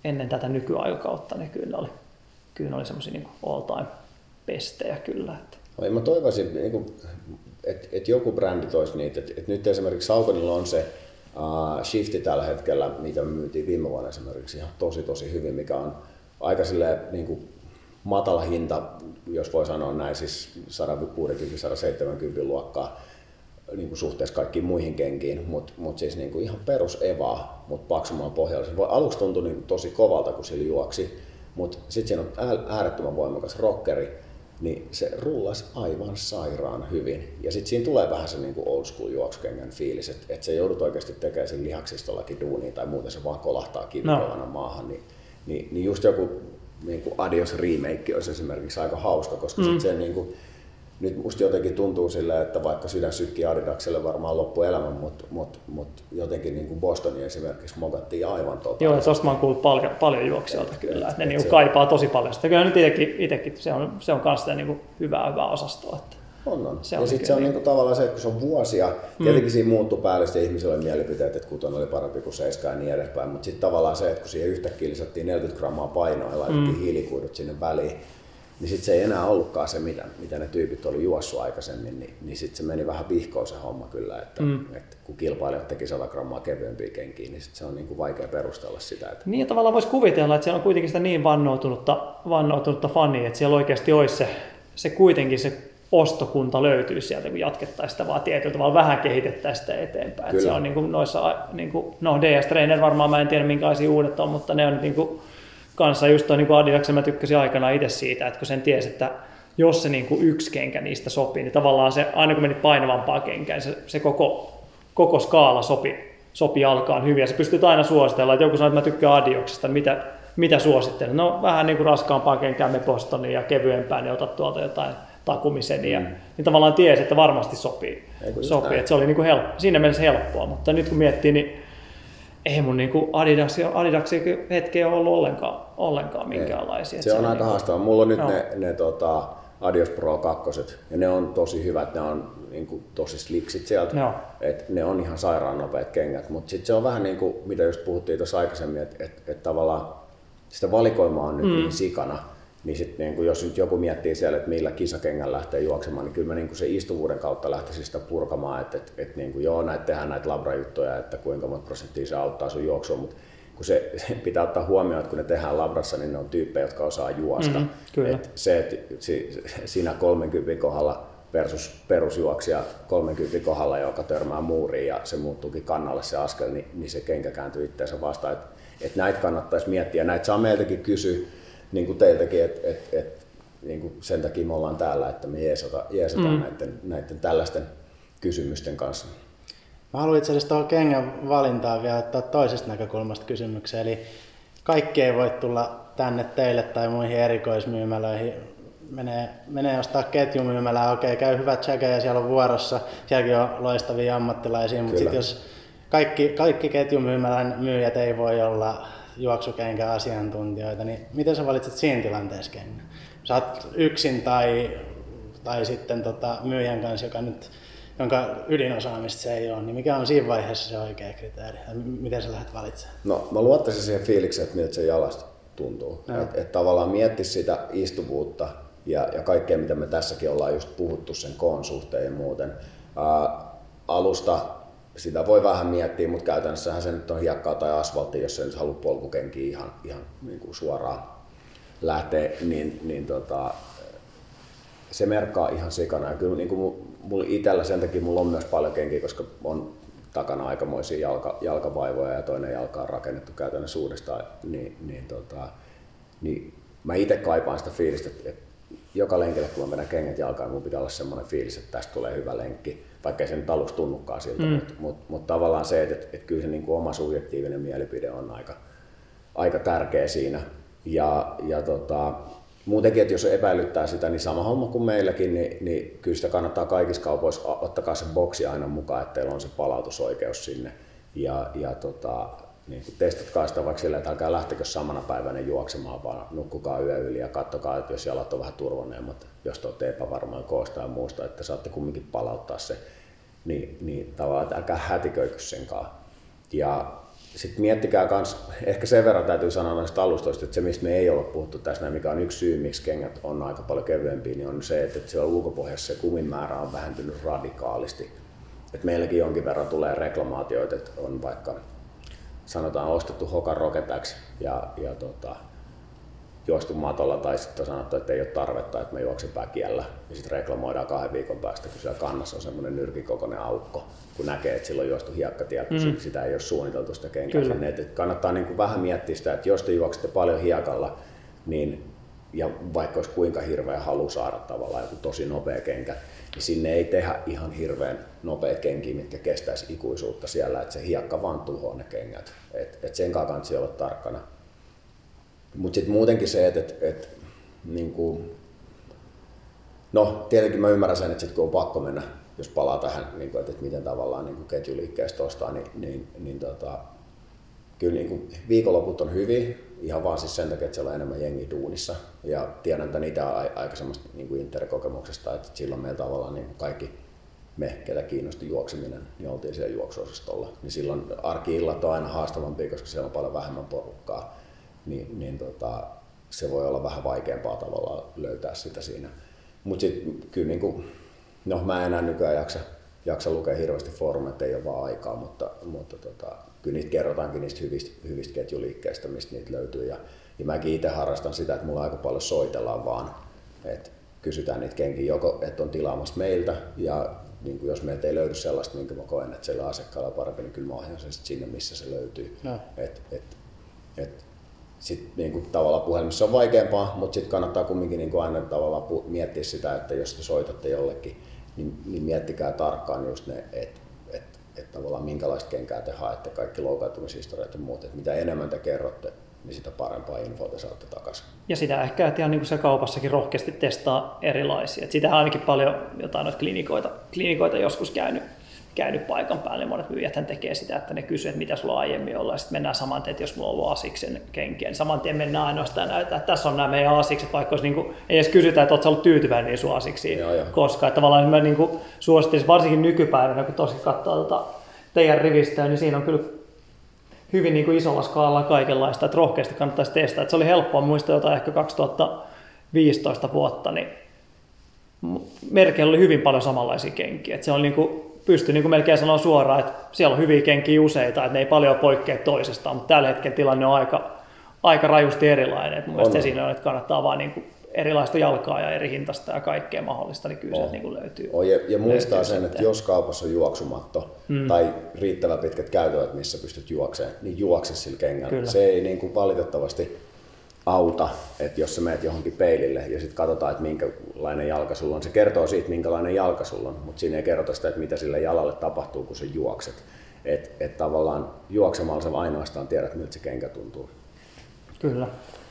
ennen tätä nykyaikakautta, niin kyllä ne oli, kyllä ne oli semmoisia niin all time bestejä kyllä. Että. Mä toivoisin, niin että et joku brändi toisi niitä. Et, et nyt esimerkiksi Sauconilla on se uh, Shifti tällä hetkellä, mitä me myytiin viime vuonna esimerkiksi ihan tosi tosi hyvin, mikä on aika silleen, niin kuin matala hinta, jos voi sanoa näin, siis sata kuusikymmentä sata seitsemänkymmentä luokkaa niin kuin suhteessa kaikkiin muihin kenkiin, mutta mut siis niin kuin ihan perus evaa, mutta paksumman pohjalla. Se voi aluksi tuntua niin kuin tosi kovalta, kun sillä juoksi, mutta sitten siinä on äärettömän voimakas rockeri, niin se rullasi aivan sairaan hyvin. Ja sitten siinä tulee vähän se niin kuin old school juoksukengän fiilis, että et se joudut oikeasti tekemään sen lihaksistollakin duunia tai muuten se vaan kolahtaa kivikovana no. maahan. Niin, niin, niin just joku niin kuin Adios remake olisi esimerkiksi aika hauska, koska mm. sit se niin kuin, nyt musta jotenkin tuntuu silleen, että vaikka sydän sykkii Adidakselle varmaan loppuelämän, mutta mut, mut jotenkin niin kuin Bostonin esimerkiksi mokattiin aivan totaalisesti. Joo, tosta mä oon kuullut paljon, paljon juoksijoilta kyllä, että ne et niinku kaipaa tosi paljon sitä. Kyllä nyt itekin, itekin se on, se on kans sitä niinku hyvää, hyvää osastoa. Että on, on. Se ja sitten se on niinku tavallaan se, että kun se on vuosia, mm. tietenkin siinä muuttuu päälle sitten ihmisille mielipiteet, että kuton oli parempi kuin seiska ja niin edespäin, mutta sitten tavallaan se, että kun siihen yhtäkkiä lisättiin neljäkymmentä grammaa painoa ja laitettiin mm. hiilikuidut sinne väliin, niin sitten se ei enää ollutkaan se, mitä, mitä ne tyypit oli juossut aikaisemmin, niin, niin sitten se meni vähän vihkoon se homma kyllä, että, mm. että kun kilpailijat teki sata grammaa kevyempiä kenkiä, niin sit se on niin kuin vaikea perustella sitä. Että niin ja tavallaan voisi kuvitella, että siellä on kuitenkin sitä niin vannoutunutta, vannoutunutta fania, että siellä oikeasti olisi se, se kuitenkin se ostokunta löytyisi sieltä, kun jatkettaisiin sitä vaan tietyllä tavalla vähän kehitettäisiin sitä eteenpäin. Että se on niin kuin noissa, niin kuin, no D S-trainer varmaan mä en tiedä minkälaisia uudet on, mutta ne on niin kuin kanssa just toi niin kuin Adidaksen mä tykkäsin aikanaan itse siitä, että kun sen tiesi, että jos se niin kuin yksi kenkä niistä sopii, niin tavallaan se, aina kun menit painavampaa kenkään, niin se, se koko, koko skaala sopi, sopi alkaan hyvin. Ja se pystyt aina suositella, että joku sanoo, että mä tykkään Adidaksesta, mitä, mitä suosittelen? No vähän niin kuin raskaampaa kenkää me Bostonia ja kevyempää, niin otat tuolta jotain Takumisenia. Mm. Niin tavallaan tiesi, että varmasti sopii. sopii. Että se oli niin kuin helppo, siinä mielessä helppoa, mutta nyt kun miettii, niin ei mun niinku Adidas, Adidaksia hetkeä ole ollut ollenkaan, ollenkaan minkäänlaisia. Se on aika niinku haastavaa. Mulla on nyt no. ne, ne tota, Adios Pro kaksi ja ne on tosi hyvät, ne on niinku tosi slicksit sieltä. No. Et ne on ihan sairaan nopeat kengät, mutta sitten se on vähän niin kuin mitä just puhuttiin tuossa aikaisemmin, että et, et tavallaan sitä valikoimaa on nyt mm. niin sikana. Niin sit, niin kun jos nyt joku miettii siellä, että millä kisakengän lähtee juoksemaan, niin kyllä mä niin se istuvuuden kautta lähtisin sitä purkamaan, että et, et, niin joo, näitä tehdään näitä labra-juttuja, että kuinka monta prosenttia se auttaa sun juoksua, mutta kun se pitää ottaa huomioon, että kun ne tehdään labrassa, niin ne on tyyppejä, jotka osaa juosta. Mm, et se, että siinä kolmenkymmenen kohdalla versus perusjuoksija kolmenkymmenen kohdalla, joka törmää muuriin ja se muuttuukin kannalle se askel, niin, niin se kenkä kääntyy itseensä vastaan. Että et näitä kannattaisi miettiä, näitä saa meiltäkin kysyä. Niin kuin teiltäkin, että et, et, niin sen takia me ollaan täällä, että me jeesataan, jeesataan mm. näiden, näiden tällaisten kysymysten kanssa. Mä haluan itse asiassa tuohon kengän valintaan vielä ottaa toisesta näkökulmasta kysymyksen. Eli kaikki ei voi tulla tänne teille tai muihin erikoismyymälöihin. Menee, menee ostaa ketjumyymälää, okei, käy hyvät tsäkejä, siellä on vuorossa, sielläkin on loistavia ammattilaisia, mutta sitten jos kaikki, kaikki ketjumyymälän myyjät ei voi olla juoksukenkä asiantuntijoita, niin miten sä valitset siinä tilanteessa kengän? Sä oot yksin tai, tai sitten tota myyjän kanssa, joka nyt, jonka ydinosaamista se ei ole, niin mikä on siinä vaiheessa se oikea kriteeri? Miten sä lähdet valitsemaan? No mä luottaisin siihen fiilikseen, että miltä se jalasta tuntuu. Että et tavallaan miettisi sitä istuvuutta ja, ja kaikkea, mitä me tässäkin ollaan just puhuttu sen koon suhteen ja muuten. Ää, alusta sitä voi vähän miettiä, mutta käytännössähän se nyt on hiekkaa tai asfaltti, jos se nyt haluaa polkukenkiä ihan, ihan niin kuin suoraan lähteä, niin, niin tota, se merkkaa ihan sikana. Ja kyllä niin kuin mulla itsellä sen takia mulla on myös paljon kenkiä, koska on takana aikamoisia jalka, jalkavaivoja ja toinen jalka on rakennettu käytännössä uudestaan, niin, niin, tota, niin mä itse kaipaan sitä fiilistä, että, että joka lenkille kun mä menen kengät jalkaan, mun pitää olla semmoinen fiilis, että tästä tulee hyvä lenkki, vaikka ei se nyt aluksi tunnukaan siltä, mm. mutta mut, mut tavallaan se, että, että, että kyllä se niin kuin oma subjektiivinen mielipide on aika, aika tärkeä siinä. Ja, ja tota, muutenkin, että jos epäilyttää sitä, niin sama homma kuin meilläkin, niin, niin kyllä sitä kannattaa kaikissa kaupoissa, ottakaa se boksi aina mukaan, että teillä on se palautusoikeus sinne. Ja, ja tota, niin testatkaa sitä vaikka sillä, että älkää lähtekö samana päivänä juoksemaan, vaan nukkukaa yö yli ja katsokaa, että jos jalat on vähän turvanneemmat, jos te olette epävarmoin koosta ja muusta, että saatte kumminkin palauttaa se, niin, niin tavallaan, että älkää hätiköikö senkaan. Ja sitten miettikää kans, ehkä sen verran täytyy sanoa noista alustoista, että se mistä me ei olla puhuttu tässä, mikä on yksi syy, miksi kengät on aika paljon kevyempiä, niin on se, että siellä ulkopohjassa se kumin määrä on vähentynyt radikaalisti. Et meilläkin jonkin verran tulee reklamaatioita, että on vaikka sanotaan ostettu Hoka Rocket X ja, ja tota, juostu matolla tai sitten on sanottu, että ei ole tarvetta, että mä juoksen päkiällä ja sitten reklamoidaan kahden viikon päästä, kun siellä kannassa on semmoinen nyrkikokoinen aukko, kun näkee, että silloin on juostu hiekkatiellä, kun mm. sitä ei ole suunniteltu sitä kenkää sinne. Et kannattaa niin kuin vähän miettiä sitä, että jos te juoksette paljon hiekalla, niin, ja vaikka olisi kuinka hirveä halu saada tavallaan joku tosi nopea kenkä, niin sinne ei tehdä ihan hirveän nopeat kenkiä, mitkä kestäisi ikuisuutta siellä, että se hiekka vaan tuhoaa ne kengät. Et, et sen kanssa kannattaa olla tarkkana. Mutta sitten muutenkin se, että et, et, niinku, no tietenkin mä ymmärrän sen, että sit kun on pakko mennä, jos palaa tähän, niinku, että et miten tavallaan niinku ketjuliikkeestä ostaa, niin, niin, niin tota, kyllä niinku, viikonloput on hyviä, ihan vaan siis sen takia, että siellä on enemmän jengiä duunissa. Ja tiedän tämän itse aikaisemmasta niinku Inter-kokemuksesta, että silloin meillä tavallaan niinku kaikki me, ketä kiinnosti juokseminen, niin oltiin siellä juoksuosastolla. Niin silloin arki-illat on aina haastavampia, koska siellä on paljon vähemmän porukkaa. Niin, niin tota, se voi olla vähän vaikeampaa tavallaan löytää sitä siinä. Mutta sitten kyllä niinku, no mä en enää nykyään jaksa, jaksa lukea hirveästi foorumeita, ei ole vaan aikaa, mutta, mutta tota, kyllä niitä kerrotaankin niistä hyvistä, hyvistä ketjuliikkeistä, mistä niitä löytyy. Ja, ja mäkin itse harrastan sitä, että mulla aika paljon soitellaan vaan, että kysytään niitä kenkiä joko, että on tilaamassa meiltä ja niin kuin jos meiltä ei löydy sellaista, minkä mä koen, että siellä asiakkaalla on parempi, niin kyllä mä ohjaan sen sinne, missä se löytyy. No. Et, et, et, sitten niin tavallaan puhelimessa on vaikeampaa, mutta sitten kannattaa kumminkin niin aina tavallaan miettiä sitä, että jos te soitatte jollekin, niin, niin miettikää tarkkaan just ne, että et, et tavallaan minkälaista kenkää te haette, kaikki loukkaantumishistoriat ja muut, että mitä enemmän te kerrotte, niin sitä parempaa infoa te saatte takaisin. Ja sitä ehkä, että ihan niin kuin se kaupassakin rohkeasti testaa erilaisia. Sitä ainakin paljon jotain noita klinikoita, klinikoita joskus käynyt, käynyt paikan päälle. Monet myyjäthän tekee sitä, että ne kysyy, että mitä sulla on aiemmin ollut, ja sitten mennään saman tien, että jos mulla on ollut Asiksen kenkiä, niin saman tien mennään ainoastaan näyttää, että tässä on nämä meidän Asikset, vaikka olisi niin kuin, ei edes kysytä, että oletko ollut tyytyväinen niin sun Asiksiin, koska että tavallaan mä niin kuin suosittelisin, varsinkin nykypäivänä, kun tosiaan katsoo tuota teidän rivistöä, niin siinä on kyllä hyvin niin kuin isolla skaalalla kaikenlaista, että rohkeasti kannattaisi testata. Että se oli helppoa muistaa jotain ehkä kaksituhattaviisitoista vuotta, niin merkeillä oli hyvin paljon samanlaisia kenkiä. Että se oli niin kuin, pystyi niin kuin melkein sanoa suoraan, että siellä on hyviä kenkiä useita, että ne ei paljon poikkea toisestaan, mutta tällä hetkellä tilanne on aika, aika rajusti erilainen. Että mun mielestä se siinä on, että kannattaa vaan niin kuin erilaista jalkaa ja eri hintasta ja kaikkea mahdollista, niin kyllä se niin kuin löytyy. Oh, ja, ja muistaa sen, että jos kaupassa on juoksumatto mm. tai riittävän pitkät käytävät, missä pystyt juoksemaan, niin juokse sillä kengällä. Kyllä. Se ei niin kuin valitettavasti auta, että jos sä menet johonkin peilille ja sitten katsotaan, että minkälainen jalka sulla on. Se kertoo siitä, minkälainen jalka sulla on, mutta siinä ei kerrota sitä, että mitä sille jalalle tapahtuu, kun sä juokset. Että et tavallaan juoksemalla sä ainoastaan tiedät, miltä se kenkä tuntuu. Kyllä.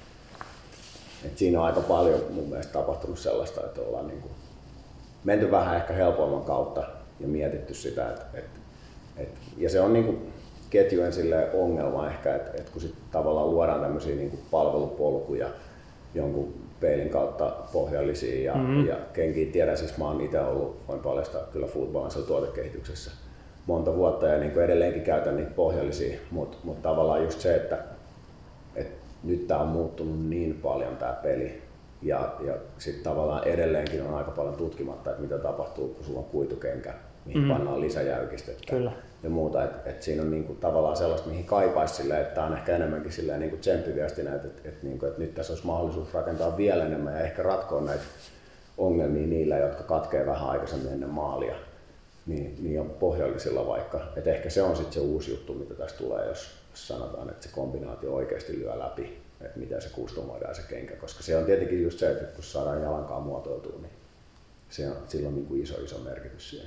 Et siinä on aika paljon mun mielestä tapahtunut sellaista, että ollaan niin kuin menty vähän ehkä helpomman kautta ja mietitty sitä. Et, et, et, ja se on niin kuin ketjujen ongelma ehkä, että et kun sit tavallaan luodaan tämmöisiä niin kuin palvelupolkuja jonkun peilin kautta pohjallisia ja, mm-hmm. ja kenkiä tiedän, siis mä oon itse ollut, voin paljastaa kyllä Food Balancella tuotekehityksessä monta vuotta ja niin kuin edelleenkin käytän niitä pohjallisia, mutta mut tavallaan just se, että et nyt tää on muuttunut niin paljon tää peli ja, ja sitten tavallaan edelleenkin on aika paljon tutkimatta, että mitä tapahtuu, kun sulla on kuitukenkä, mihin mm. pannaan lisäjäykistettä Kyllä. ja muuta. Et, et siinä on niinku tavallaan sellaista, mihin kaipaisi silleen, että tää on ehkä enemmänkin silleen niinku tsemppiviestinä, että et, et, niinku, et nyt tässä olisi mahdollisuus rakentaa vielä enemmän ja ehkä ratkoa näitä ongelmia niillä, jotka katkee vähän aikaisemmin ennen maalia. Niin, niin on pohjallisilla vaikka. Et ehkä se on sitten se uusi juttu, mitä tässä tulee, jos sanotaan, että se kombinaatio oikeasti lyö läpi, että miten se kustomoidaan se kenkä. Koska se on tietenkin just se, että kun saadaan jalankaan muotoiltua, niin se on, sillä on niin kuin iso, iso merkitys siihen.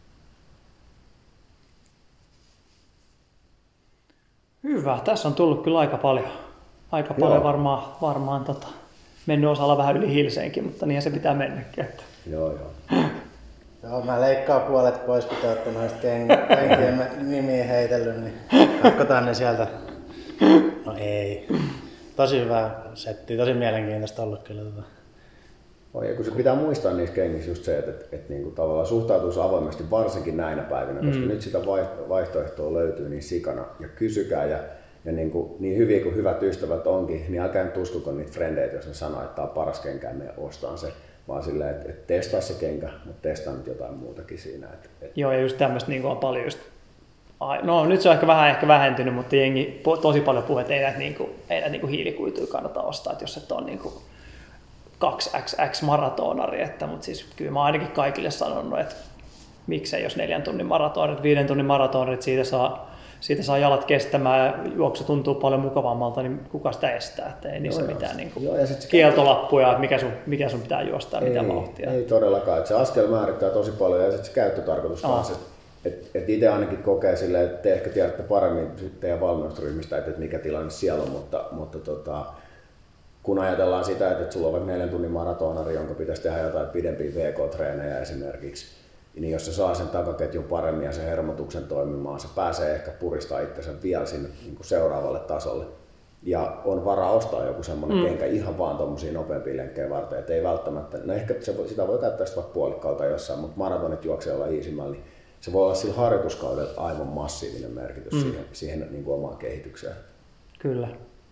Hyvä. Tässä on tullut kyllä aika paljon. Aika Joo. paljon varmaan, varmaan tota, mennyt osalla vähän yli hilseenkin, mutta niinhän se pitää mennäkin. Että. Joo, joo. Joo, mä leikkaan puolet pois, kun te olette noista kenkien nimiä heitellyt, niin katsotaan ne sieltä. No ei. Tosi hyvä setti, tosi mielenkiintoista ollut kyllä. Tota. Oh, ja kun se pitää muistaa niissä kengissä just se, että, että, että niin kuin tavallaan suhtautuisi avoimesti varsinkin näinä päivinä, koska mm. nyt sitä vaihtoehtoa löytyy niin sikana. Ja kysykää, ja, ja niin, kuin, niin hyviä kuin hyvät ystävät onkin, niin älkää nyt uskoko niitä frendeitä, jos ne sanoo, että tämä on paras kenkä ja me ostaan se. Vaan silleen, että, että testaa se kenkä, mutta testaa nyt jotain muutakin siinä. Että, että... Joo, ja just tämmöistä niin on paljon just... No nyt se on ehkä vähän ehkä vähentynyt, mutta jengi tosi paljon puhuu, että ei näitä, niin kuin, ei näitä niin kuin hiilikuituja kannata ostaa, että jos et ole niin kuin kaksi X X maratonari, että, mutta siis kyllä mä ainakin kaikille sanonut, että miksei jos neljän tunnin maratonarit, viiden tunnin maratonarit, siitä saa, siitä saa jalat kestämään ja juoksu tuntuu paljon mukavammalta, niin kuka sitä estää, että ei niissä ole mitään niin kuin joo, kieltolappuja, että mikä sun, mikä sun pitää juosta ja mitä vauhtia. Ei todellakaan, että se askel määrittää tosi paljon ja sitten se käyttötarkoitus oh. taas, että et itse ainakin kokee silleen, että te ehkä tiedätte paremmin teidän valmennusryhmistä, että mikä tilanne siellä on, mutta, mutta tota, kun ajatellaan sitä, että sulla on vaikka neljän tunnin maratonari, jonka pitäisi tehdä jotain pidempiä V K-treenejä esimerkiksi, niin jos se saa sen takaketjun paremmin ja sen hermotuksen toimimaan, se pääsee ehkä puristaa itsensä vielä sinne niin kuin seuraavalle tasolle. Ja on varaa ostaa joku semmoinen mm. kenkä ihan vaan tuommoisia nopeampia lenkkejä varten, että ei välttämättä, no ehkä se, sitä voi käyttää sitten vaikka puolikkautta jossain, mutta maratonit juoksee olla iisimmällä, niin se voi olla sillä harjoituskaudella aivan massiivinen merkitys mm. siihen, siihen niin kuin omaan kehitykseen. Kyllä.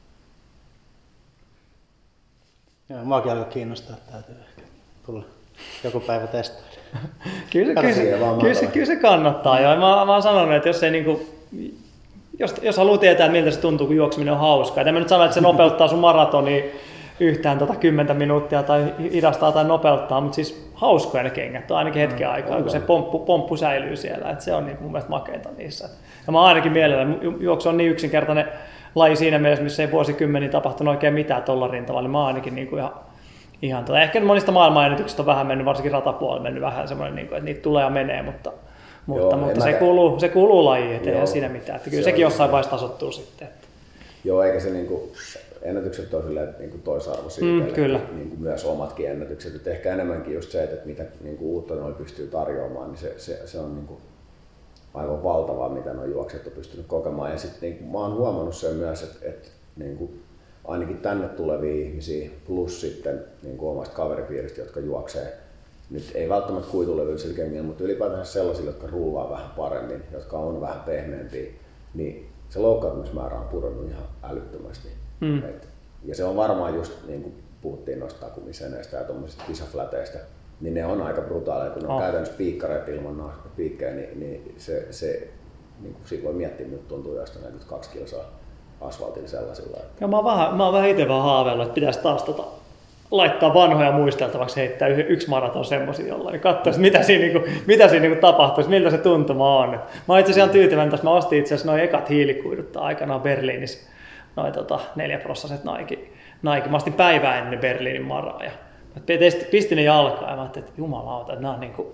Joo, muakin alkoi kiinnostaa, että täytyy ehkä tulla joku päivä testoida. kyllä, kyllä, se, kyllä, se, kyllä se kannattaa. Ja mä, mä oon sanonut, että jos, ei, niin kuin, jos, jos haluaa tietää, miltä se tuntuu, kun juokseminen on hauskaa. En mä nyt sano, että se nopeuttaa sun maratonia yhtään tota kymmentä minuuttia tai hidastaa tai nopeuttaa, mutta siis hauskoja ne kengät on ainakin hetken mm, aikaa, kun se pomppu, pomppu säilyy siellä. Et se on niin mun mielestä makeinta niissä. Ja mä ainakin mielelläni, juoksu on niin yksinkertainen laji siinä mielessä, missä ei vuosikymmeniä tapahtunut oikein mitään tuolla rintalla, niin mä ainakin niin kuin ihan, ihan tota, ehkä monista maailmanennätyksistä on vähän mennyt, varsinkin ratapuolella mennyt vähän semmoinen, niin kuin, että niitä tulee ja menee, mutta, mutta, Joo, mutta se, kuuluu, se kuuluu lajiin, ettei Joo, siinä mitään. Että kyllä se sekin jossain vaiheessa tasoittuu sitten. Että. Joo, eikä se niinku, ennätykset on silleen, niinku toisarvoisia, mm, kyllä. Niinku myös omatkin ennätykset. Et ehkä enemmänkin just se, että mitä niinku uutta noi pystyy tarjoamaan, niin se, se, se on niinku aivan valtavaa, mitä nuo juoksijat on pystynyt kokemaan. Ja sitten niinku, mä oon huomannut sen myös, että et, niinku, ainakin tänne tulevia ihmisiä plus sitten niinku omasta kaveripiiristä, jotka juoksee nyt ei välttämättä kuitulevyisillä kengillä, mutta ylipäätään sellaisilla, jotka rullaa vähän paremmin, jotka on vähän pehmeämpiä, niin se loukkaantumismäärä on pudonnut ihan älyttömästi. Mm. Et, ja se on varmaan just niin kuin puhuttiin noista takumiseneistä ja tuommoisista kisafläteistä, niin ne on aika brutaaleja, kun ne on oh. käytännössä piikkareita ilman piikkejä, niin, niin se, se niin kuin siitä voi miettiä, miltä tuntuu jostain neljäkymmentäkaksi kilsaa asfaltilla sellaisilla. Että... Ja mä oon vähän, mä oon vähän itse vähän haaveillut, että pitäisi taas tota, laittaa vanhoja muisteltavaksi, heittää yksi maraton semmoisia jollain, niin katsoisi mitä siinä, niin kuin, mitä siinä niin kuin tapahtuisi, miltä se tuntuma on. Mä oon itse asiassa ihan tyytyväinen, että mä ostin itse asiassa noin ekat hiilikuidut aikanaan Berliinissä, noin tota, neljäprossaset Nike. Nike. Mä ostin päivää ennen Berliinin maraa ja pistin ne jalkaan ja mä ajattelin, että jumalauta, että nää on niin kuin,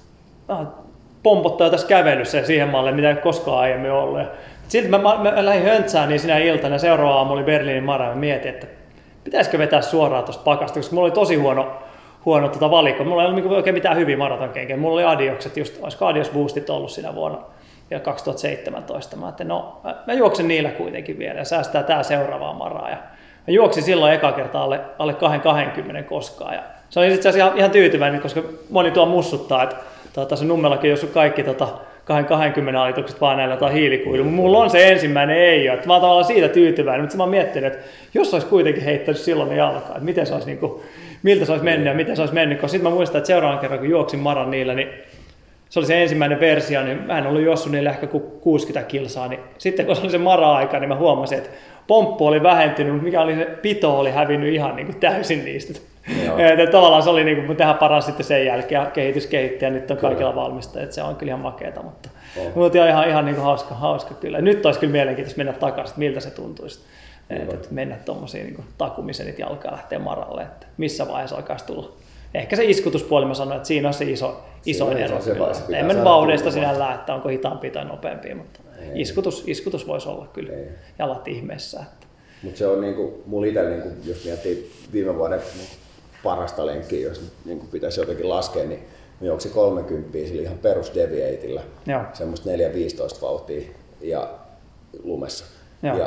pompottaa tässä kävelyssä ja siihen maalle, mitä ei koskaan aiemmin ollut. Ja silti mä, mä, mä lähdin höntsään niin sinä iltana ja seuraava aamu oli Berliinin mara ja mä mietin, että pitäisikö vetää suoraan tuosta pakasta, koska mulla oli tosi huono, huono tota valikko. Mulla ei ollut oikein mitään hyviä maratonkenkiä. Mulla oli Adiokset, just, olisiko Adios Boostit ollut siinä vuonna ja kaksituhattaseitsemäntoista. Mä ajattelin, no mä, mä juoksen niillä kuitenkin vielä ja säästää tää seuraavaa maraa. Ja mä juoksin silloin eka kertaa alle, alle kaksi kaksikymmentä koskaan. Ja se oli itse asiassa ihan, ihan tyytyväinen, koska moni tuo mussuttaa, että tuota, se Nummellakin jos on kaikki tota, kaksi kaksikymmentä alitukset vaan näillä tai hiilikuilu. Mulla on se ensimmäinen ei ole. Mä oon tavallaan siitä tyytyväinen, mutta mä oon miettinyt, että jos olisi kuitenkin heittänyt silloin ne jalkaan, että miten se olisi, niin kuin, miltä se olisi mennyt ja miten se olisi mennyt. Sitten mä muistan, että seuraavan kerran kun juoksin maran niillä, niin se oli se ensimmäinen versio, niin mä en ollut juossut niillä ehkä kuusikymmentä kilsaa. Niin sitten kun se oli se mara-aika, niin mä huomasin, että pomppu oli vähentynyt, mutta mikä oli se pito oli hävinnyt ihan niin kuin täysin niistä. Ja tavallaan se oli niin kuin, tähän paras sitten sen jälkeen ja kehitys kehitti ja nyt on kaikilla valmista, että se on kyllä ihan makeata, mutta, oh. mutta ihan, ihan niin kuin hauska, hauska kyllä. Nyt olisi kyllä mielenkiintoista mennä takaisin, miltä se tuntuisi, että, että mennä tuommoisiin niin takumisenit jalkaa lähteä maralle, että missä vaiheessa alkaisi tulla. Ehkä se iskutuspuoli, mä sanoin, että siinä on se iso, iso ero. Se se en mennä vauhdeista sinällään, että onko hitaampia tai nopeampia, mutta iskutus, iskutus voisi olla kyllä ei. Jalat ihmeessä. Että. Mutta se on niinku, mulla itse, niinku, jos miettii viime vuoden parasta lenkkiä, jos niinku pitäisi jotenkin laskea, niin mä juoksin kolmekymmentä sillä ihan perus deviateillä, semmoista neljä viisitoista vauhtia ja lumessa. Joo. Ja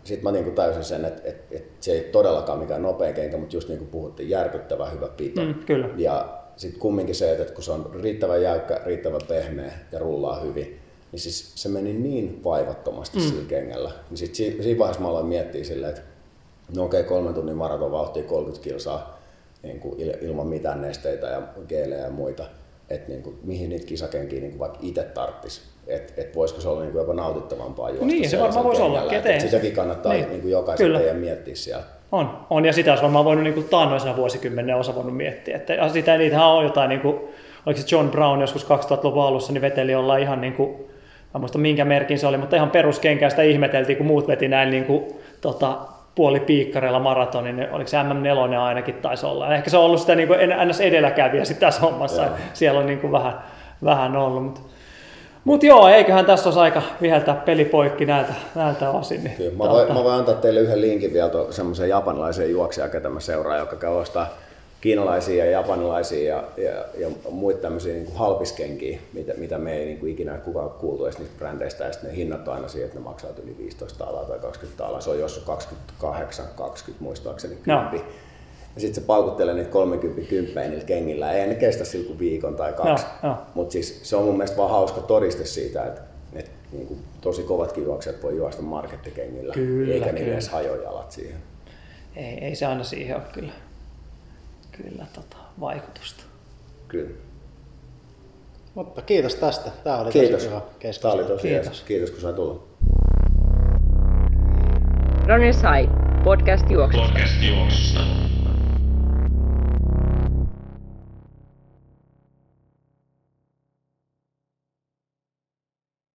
sitten mä niin kuin täysin sen, että, että, että se ei todellakaan mikään nopea kenkä, mutta just niin kuin puhuttiin, järkyttävän hyvä pito. Mm, kyllä. Ja sitten kumminkin se, että kun se on riittävän jäykkä, riittävän pehmeä ja rullaa hyvin, niin siis se meni niin vaivattomasti mm. sillä kengällä. Niin sit siinä vaiheessa mä aloin miettiä silleen, että no okei, okay, kolmen tunnin maraton vauhtia, kolmekymmentä kilsaa niin kuin ilman mitään nesteitä ja geelejä ja muita. Että niin kuin, mihin niitä kisakenkiä niin kuin vaikka itse tarttisi. Että et voisiko se olla niin kuin jopa nautittavampaa juosta. Niin, se varmaan voisi olla. Että sitäkin kannattaa niin. Niin kuin jokaisen Kyllä. teidän miettiä siellä. On, on. Ja sitä olisi varmaan voinut niin kuin taannoisena vuosikymmenen osa voinut miettiä. Että sitä, niitähän on jotain, niin kuin, oliko se John Brown joskus kaksituhattaluvun alussa, niin veteli olla ihan niin kuin, mä muista minkä merkin se oli, mutta ihan peruskenkää sitä ihmeteltiin, kun muut veti näin niin kuin, tota, puolipiikkareilla maratonin, niin oliko se M M neljä ainakin taisi olla. Ehkä se on ollut sitä niin kuin ns. Edelläkävijä sitten tässä hommassa. Joo. Siellä on niin kuin vähän, vähän ollut. Mutta mut joo, eiköhän tässä olisi aika viheltää peli poikki näiltä, näiltä osin. Niin, Kyllä, mä, voin, mä voin antaa teille yhden linkin vielä semmoisen japanilaisen juoksijan, ketä mä seuraan, joka käy ostaa kiinalaisia ja japanilaisia ja, ja, ja muita tämmöisiä niin kuin halpiskenkiä, mitä, mitä me ei niin kuin ikinä kukaan kuultu edes niistä brändeistä, ja sitten ne hinnat on aina siihen, että ne maksaa yli viisitoista alaa tai kaksikymmentä alaa, se on jossain kaksikymmentäkahdeksan kaksikymmentä muistaakseni kymppi. No. Ja sitten se paukuttelee niitä kolmekymmentä kymppejä niillä kengillä, ei ne kestä sillä kuin viikon tai kaksi, no, no. Mutta siis se on mun mielestä vaan hauska todiste siitä, että, että niin kuin tosi kovatkin juoksijat voi juosta markettikengillä, kyllä, eikä kyllä. ne edes hajoa jalat siihen. Ei, ei se aina siihen ole kyllä. Kyllä tota, vaikutusta. Kyllä. Mutta kiitos tästä. Tämä oli kiitos. tosi hyvä keskustelu. Tämä oli tosi kiitos. Jees. Kiitos kun sain tulla. Runners High, podcast juoksusta. Podcast juoksusta.